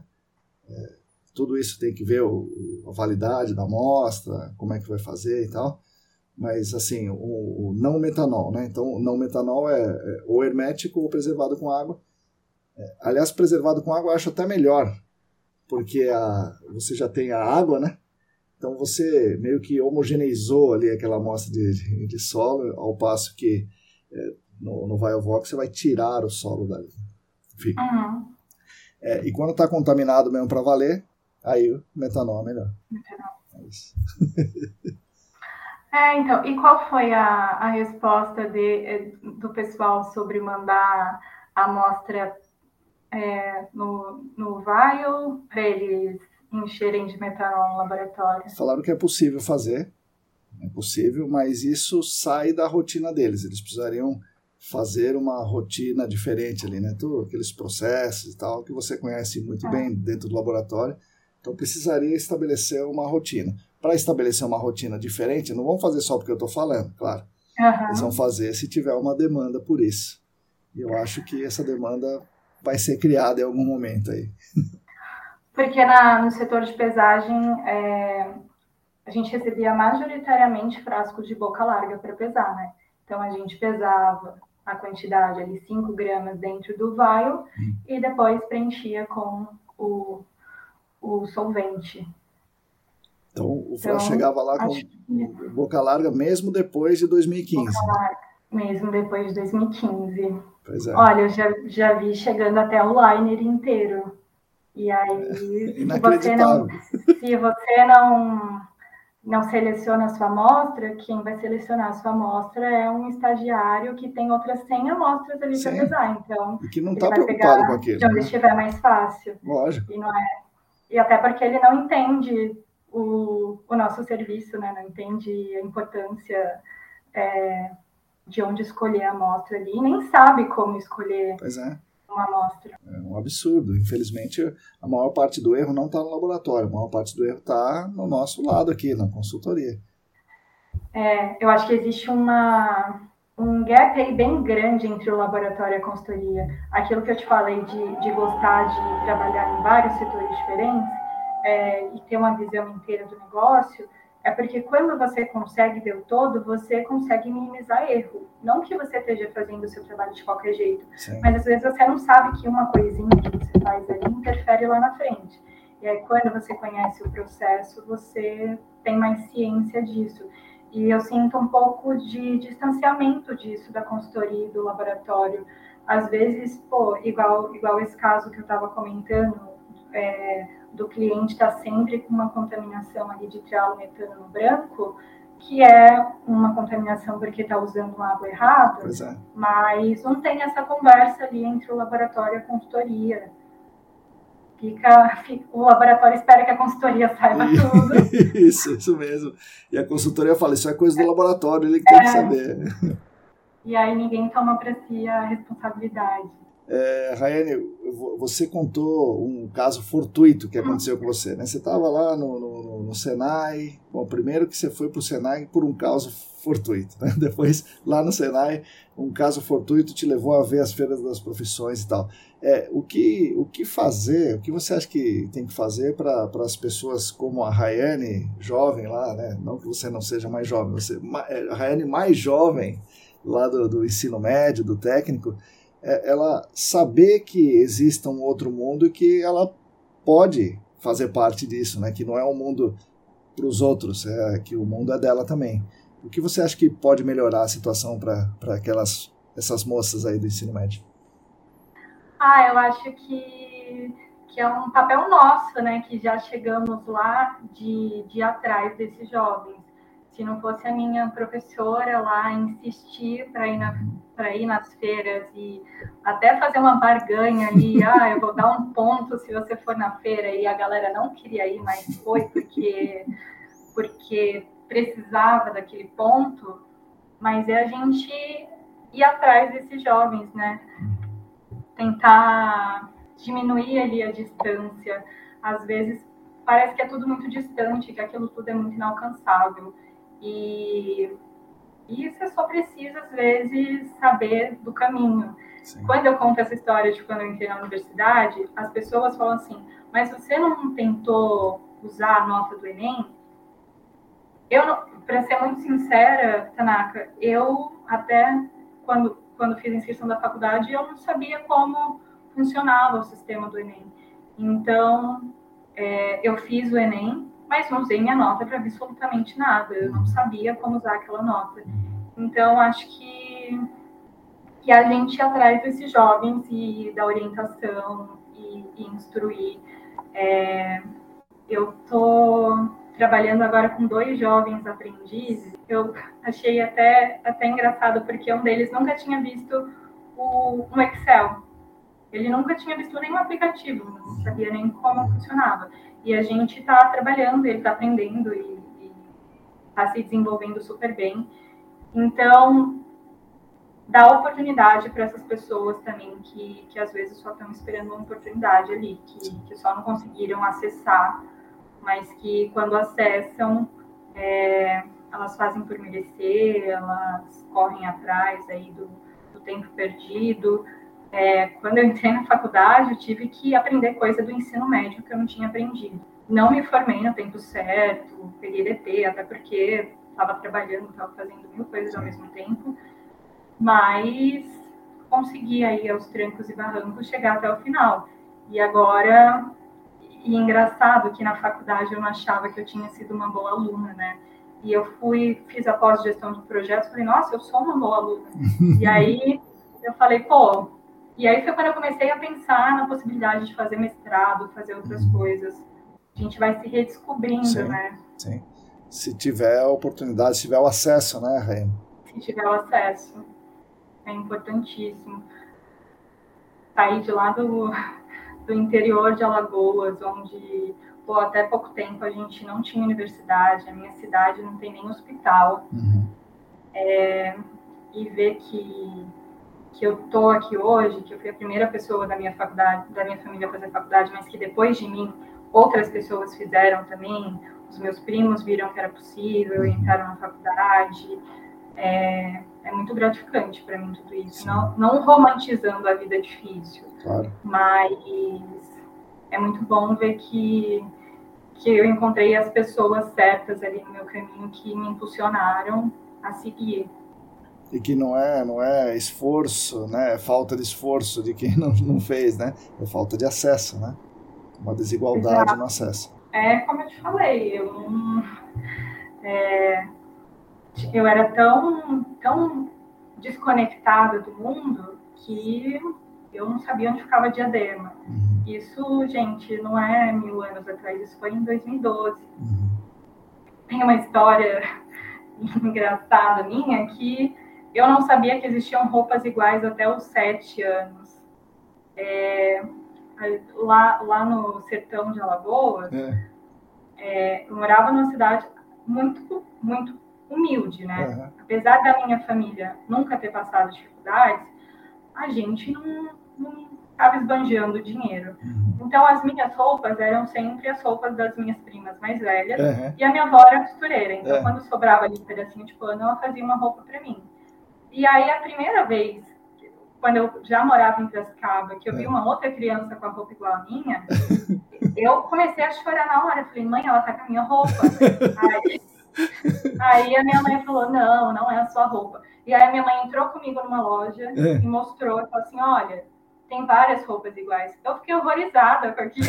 Tudo isso tem que ver a validade da amostra, como é que vai fazer e tal. Mas, assim, o não metanol, né? Então, o não metanol é ou hermético ou preservado com água. Aliás, preservado com água eu acho até melhor, porque você já tem a água, né? Então, você meio que homogeneizou ali aquela amostra de solo, ao passo que no Vialvox você vai tirar o solo dali. Enfim. E quando está contaminado mesmo para valer, aí o metanol é melhor. É isso. Então, e qual foi a resposta do pessoal sobre mandar a amostra no vial para eles encherem de metanol no laboratório? Falaram que é possível fazer, é possível, mas isso sai da rotina deles. Eles precisariam fazer uma rotina diferente ali, né? Tudo aqueles processos e tal que você conhece muito bem dentro do laboratório. Então precisaria estabelecer uma rotina. Para estabelecer uma rotina diferente, não vão fazer só porque eu estou falando, claro. Eles vão fazer se tiver uma demanda por isso. E eu acho que essa demanda vai ser criada em algum momento aí. Porque no setor de pesagem, a gente recebia majoritariamente frascos de boca larga para pesar, né? Então a gente pesava a quantidade ali, 5 gramas dentro do vial, e depois preenchia com o solvente. Então o frasco chegava lá com boca larga mesmo depois de 2015. Boca larga, mesmo depois de 2015. Pois é. Olha, eu já vi chegando até o liner inteiro. E aí, se você não seleciona a sua amostra, quem vai selecionar a sua amostra é um estagiário que tem outras 100 amostras ali para pesar. Então, e que não está preocupado com aquilo. De onde estiver mais fácil. Lógico. E até porque ele não entende o nosso serviço, né? Não entende a importância de onde escolher a amostra ali, nem sabe como escolher uma amostra. É um absurdo. Infelizmente, a maior parte do erro não está no laboratório, a maior parte do erro está no nosso lado aqui, na consultoria. Eu acho que existe um gap aí bem grande entre o laboratório e a consultoria. Aquilo que eu te falei de gostar de trabalhar em vários setores diferentes e ter uma visão inteira do negócio, é porque quando você consegue ver o todo, você consegue minimizar erro. Não que você esteja fazendo o seu trabalho de qualquer jeito, mas às vezes você não sabe que uma coisinha que você faz ali interfere lá na frente. E aí quando você conhece o processo, você tem mais ciência disso. E eu sinto um pouco de distanciamento disso da consultoria e do laboratório. Às vezes, igual esse caso que eu estava comentando, do cliente estar sempre com uma contaminação ali de trialometano no branco, que é uma contaminação porque está usando água errada, mas não tem essa conversa ali entre o laboratório e a consultoria. O laboratório espera que a consultoria saiba tudo. Isso mesmo. E a consultoria fala, isso é coisa do laboratório, ele que tem que saber. E aí ninguém toma para si a responsabilidade. Raiane, você contou um caso fortuito que aconteceu com você, né? Você estava lá no Senai. Bom, primeiro que você foi para o Senai por um caso fortuito, né? Depois, lá no Senai, um caso fortuito te levou a ver as feiras das profissões e tal. O que fazer, o que você acha que tem que fazer para as pessoas como a Raiane, jovem lá, né? Não que você não seja mais jovem, a Raiane mais jovem lá do ensino médio, do técnico, ela saber que exista um outro mundo e que ela pode fazer parte disso, né? Que não é um mundo para os outros, que o mundo é dela também. O que você acha que pode melhorar a situação para essas moças aí do ensino médio? Eu acho que é um papel nosso, né? Que já chegamos lá de ir atrás desses jovens. Se não fosse a minha professora lá insistir para ir nas feiras e até fazer uma barganha ali, eu vou dar um ponto se você for na feira, e a galera não queria ir, mas foi porque precisava daquele ponto, mas é a gente ir atrás desses jovens, né? Tentar diminuir ali a distância. Às vezes parece que é tudo muito distante, que aquilo tudo é muito inalcançável. E você só precisa, às vezes, saber do caminho. Sim. Quando eu conto essa história de quando eu entrei na universidade, as pessoas falam assim, mas você não tentou usar a nota do Enem? Para ser muito sincera, Tanaka, eu até quando fiz a inscrição da faculdade, eu não sabia como funcionava o sistema do Enem. Então, eu fiz o Enem, mas não usei minha nota para absolutamente nada. Eu não sabia como usar aquela nota. Então, acho que E a gente ir atrás desses jovens e da orientação e instruir. Eu estou trabalhando agora com 2 jovens aprendizes. Eu achei até engraçado, porque um deles nunca tinha visto um Excel. Ele nunca tinha visto nenhum aplicativo, não sabia nem como funcionava. E a gente está trabalhando, ele está aprendendo e está se desenvolvendo super bem. Então, dá oportunidade para essas pessoas também que às vezes só estão esperando uma oportunidade ali, que só não conseguiram acessar, mas que quando acessam, elas fazem por merecer, elas correm atrás aí do tempo perdido. Quando eu entrei na faculdade, eu tive que aprender coisa do ensino médio que eu não tinha aprendido. Não me formei no tempo certo, peguei DP, até porque estava trabalhando, estava fazendo 1000 coisas ao mesmo tempo, mas consegui aí, aos trancos e barrancos, chegar até o final. E agora, e engraçado que na faculdade eu não achava que eu tinha sido uma boa aluna, né? E eu fiz a pós-gestão de projetos, falei, nossa, eu sou uma boa aluna. E aí eu falei, pô... E aí foi quando eu comecei a pensar na possibilidade de fazer mestrado, fazer outras coisas. A gente vai se redescobrindo, sim, né? Sim. Se tiver a oportunidade, se tiver o acesso, né, Raine? Se tiver o acesso. É importantíssimo. Sair de lá do interior de Alagoas, onde até pouco tempo a gente não tinha universidade, a minha cidade não tem nem hospital. E ver que eu estou aqui hoje, que eu fui a primeira pessoa da minha faculdade, da minha família a fazer faculdade, mas que depois de mim outras pessoas fizeram também. Os meus primos viram que era possível, entraram na faculdade. É muito gratificante para mim tudo isso. Não romantizando a vida difícil, claro, mas é muito bom ver que eu encontrei as pessoas certas ali no meu caminho que me impulsionaram a seguir. E que não é esforço, né? É falta de esforço de quem não fez, né? É falta de acesso, né? Uma desigualdade Exato. no acesso. Como eu te falei, eu era tão desconectada do mundo que eu não sabia onde ficava Diadema. Isso, gente, não é 1000 anos atrás, isso foi em 2012. Tem uma história engraçada minha que eu não sabia que existiam roupas iguais até os 7 anos. Lá no sertão de Alagoas, eu morava numa cidade muito, muito humilde, né? Apesar da minha família nunca ter passado dificuldades, a gente não estava esbanjando dinheiro. Então, as minhas roupas eram sempre as roupas das minhas primas mais velhas, e a minha avó era costureira. Então, quando sobrava ali um pedacinho de pano, ela fazia uma roupa para mim. E aí, a primeira vez, quando eu já morava em Piracicaba, que eu vi uma outra criança com a roupa igual a minha, eu comecei a chorar na hora. Eu falei, mãe, ela tá com a minha roupa. Aí a minha mãe falou, não é a sua roupa. E aí a minha mãe entrou comigo numa loja e mostrou, e falou assim, olha, tem várias roupas iguais. Eu fiquei horrorizada com aquilo.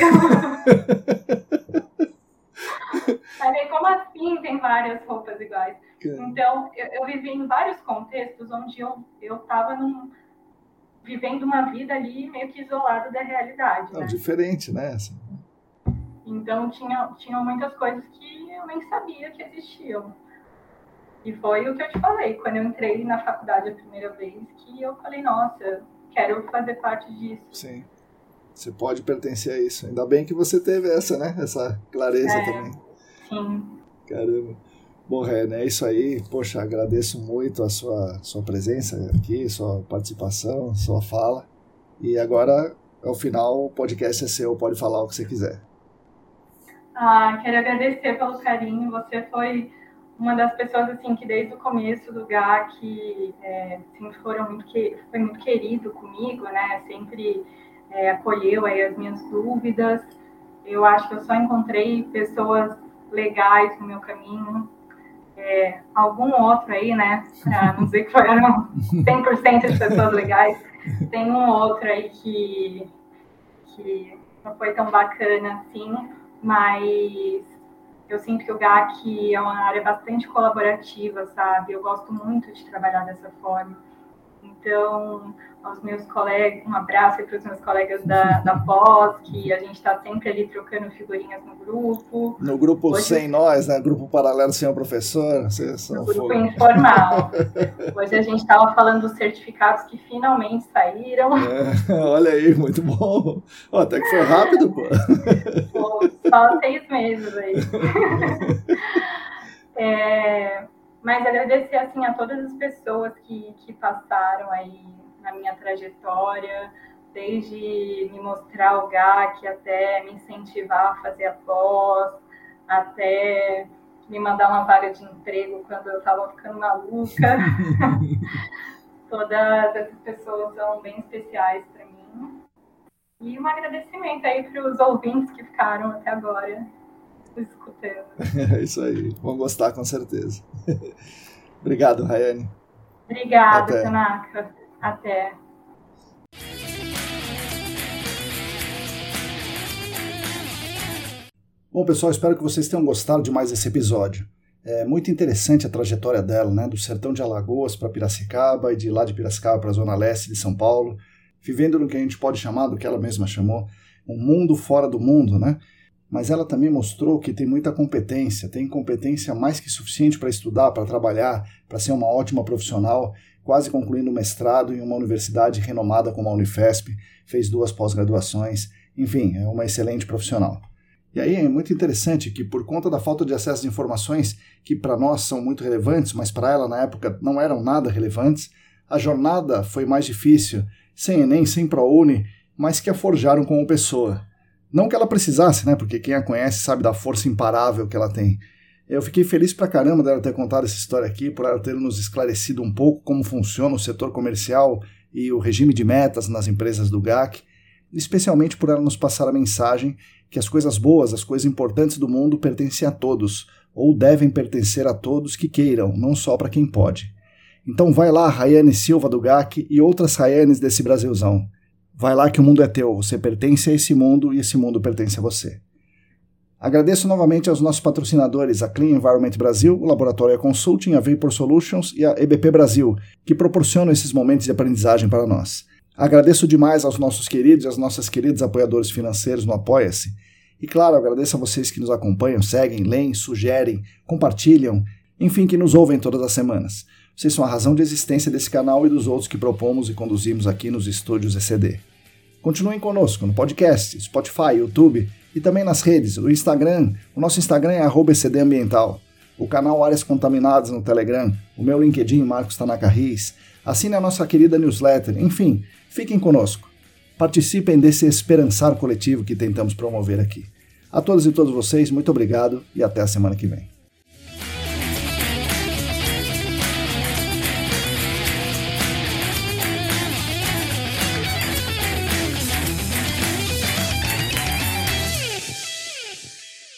Falei, como assim tem várias roupas iguais? Então, eu vivi em vários contextos onde eu estava vivendo uma vida ali meio que isolada da realidade. Não, né? Diferente, né? Assim. Então, tinham muitas coisas que eu nem sabia que existiam. E foi o que eu te falei, quando eu entrei na faculdade a primeira vez, que eu falei, nossa, quero fazer parte disso. Sim. Você pode pertencer a isso. Ainda bem que você teve essa clareza também. Sim. Caramba. Bom, Raine, é isso aí. Poxa, agradeço muito a sua presença aqui, sua participação, sua fala. E agora, ao final, o podcast é seu, pode falar o que você quiser. Quero agradecer pelo carinho. Você foi uma das pessoas assim que desde o começo do GAC sempre foi muito querido comigo, né? Sempre acolheu aí as minhas dúvidas. Eu acho que eu só encontrei pessoas legais no meu caminho. Algum outro aí, né? Para não dizer que foram 100% de pessoas legais. Tem um outro aí que não foi tão bacana assim, mas eu sinto que o GAC é uma área bastante colaborativa, sabe? Eu gosto muito de trabalhar dessa forma. Então, aos meus colegas, um abraço para os meus colegas da pós, que a gente está sempre ali trocando figurinhas no grupo. No grupo hoje, sem nós, né? Grupo paralelo sem o professor. No grupo informal. Hoje a gente estava falando dos certificados que finalmente saíram. Olha aí, muito bom. Até que foi rápido, pô. Só 6 meses aí. Mas agradecer assim, a todas as pessoas que passaram aí na minha trajetória, desde me mostrar o GAC, até me incentivar a fazer a pós, até me mandar uma vaga de emprego quando eu estava ficando maluca. Todas essas pessoas são bem especiais para mim. E um agradecimento aí para os ouvintes que ficaram até agora escutando. É isso aí, vão gostar com certeza. Obrigado, Rayane. Obrigada, Tanaka. Até. Bom, pessoal, espero que vocês tenham gostado de mais esse episódio. É muito interessante a trajetória dela, né? Do sertão de Alagoas para Piracicaba e de lá de Piracicaba para a zona leste de São Paulo, vivendo no que a gente pode chamar, do que ela mesma chamou, um mundo fora do mundo, né? Mas ela também mostrou que tem muita competência, tem competência mais que suficiente para estudar, para trabalhar, para ser uma ótima profissional, quase concluindo o mestrado em uma universidade renomada como a Unifesp, fez 2 pós-graduações, enfim, é uma excelente profissional. E aí é muito interessante que, por conta da falta de acesso de informações, que para nós são muito relevantes, mas para ela na época não eram nada relevantes, a jornada foi mais difícil, sem Enem, sem ProUni, mas que a forjaram como pessoa. Não que ela precisasse, né? Porque quem a conhece sabe da força imparável que ela tem. Eu fiquei feliz pra caramba dela ter contado essa história aqui, por ela ter nos esclarecido um pouco como funciona o setor comercial e o regime de metas nas empresas do GAC, especialmente por ela nos passar a mensagem que as coisas boas, as coisas importantes do mundo pertencem a todos, ou devem pertencer a todos que queiram, não só para quem pode. Então vai lá, Rayane Silva do GAC e outras Rayanes desse Brasilzão. Vai lá que o mundo é teu, você pertence a esse mundo e esse mundo pertence a você. Agradeço novamente aos nossos patrocinadores, a Clean Environment Brasil, o Laboratório Consulting, a Vapor Solutions e a EBP Brasil, que proporcionam esses momentos de aprendizagem para nós. Agradeço demais aos nossos queridos e às nossas queridas apoiadores financeiros no Apoia-se. E claro, agradeço a vocês que nos acompanham, seguem, leem, sugerem, compartilham, enfim, que nos ouvem todas as semanas. Vocês são a razão de existência desse canal e dos outros que propomos e conduzimos aqui nos estúdios ECD. Continuem conosco no podcast, Spotify, YouTube e também nas redes, o Instagram. O nosso Instagram é @ECDambiental. O canal Áreas Contaminadas no Telegram, o meu LinkedIn, Marcos Tanaka Riz. Assine a nossa querida newsletter. Enfim, fiquem conosco. Participem desse esperançar coletivo que tentamos promover aqui. A todos e todas vocês, muito obrigado e até a semana que vem.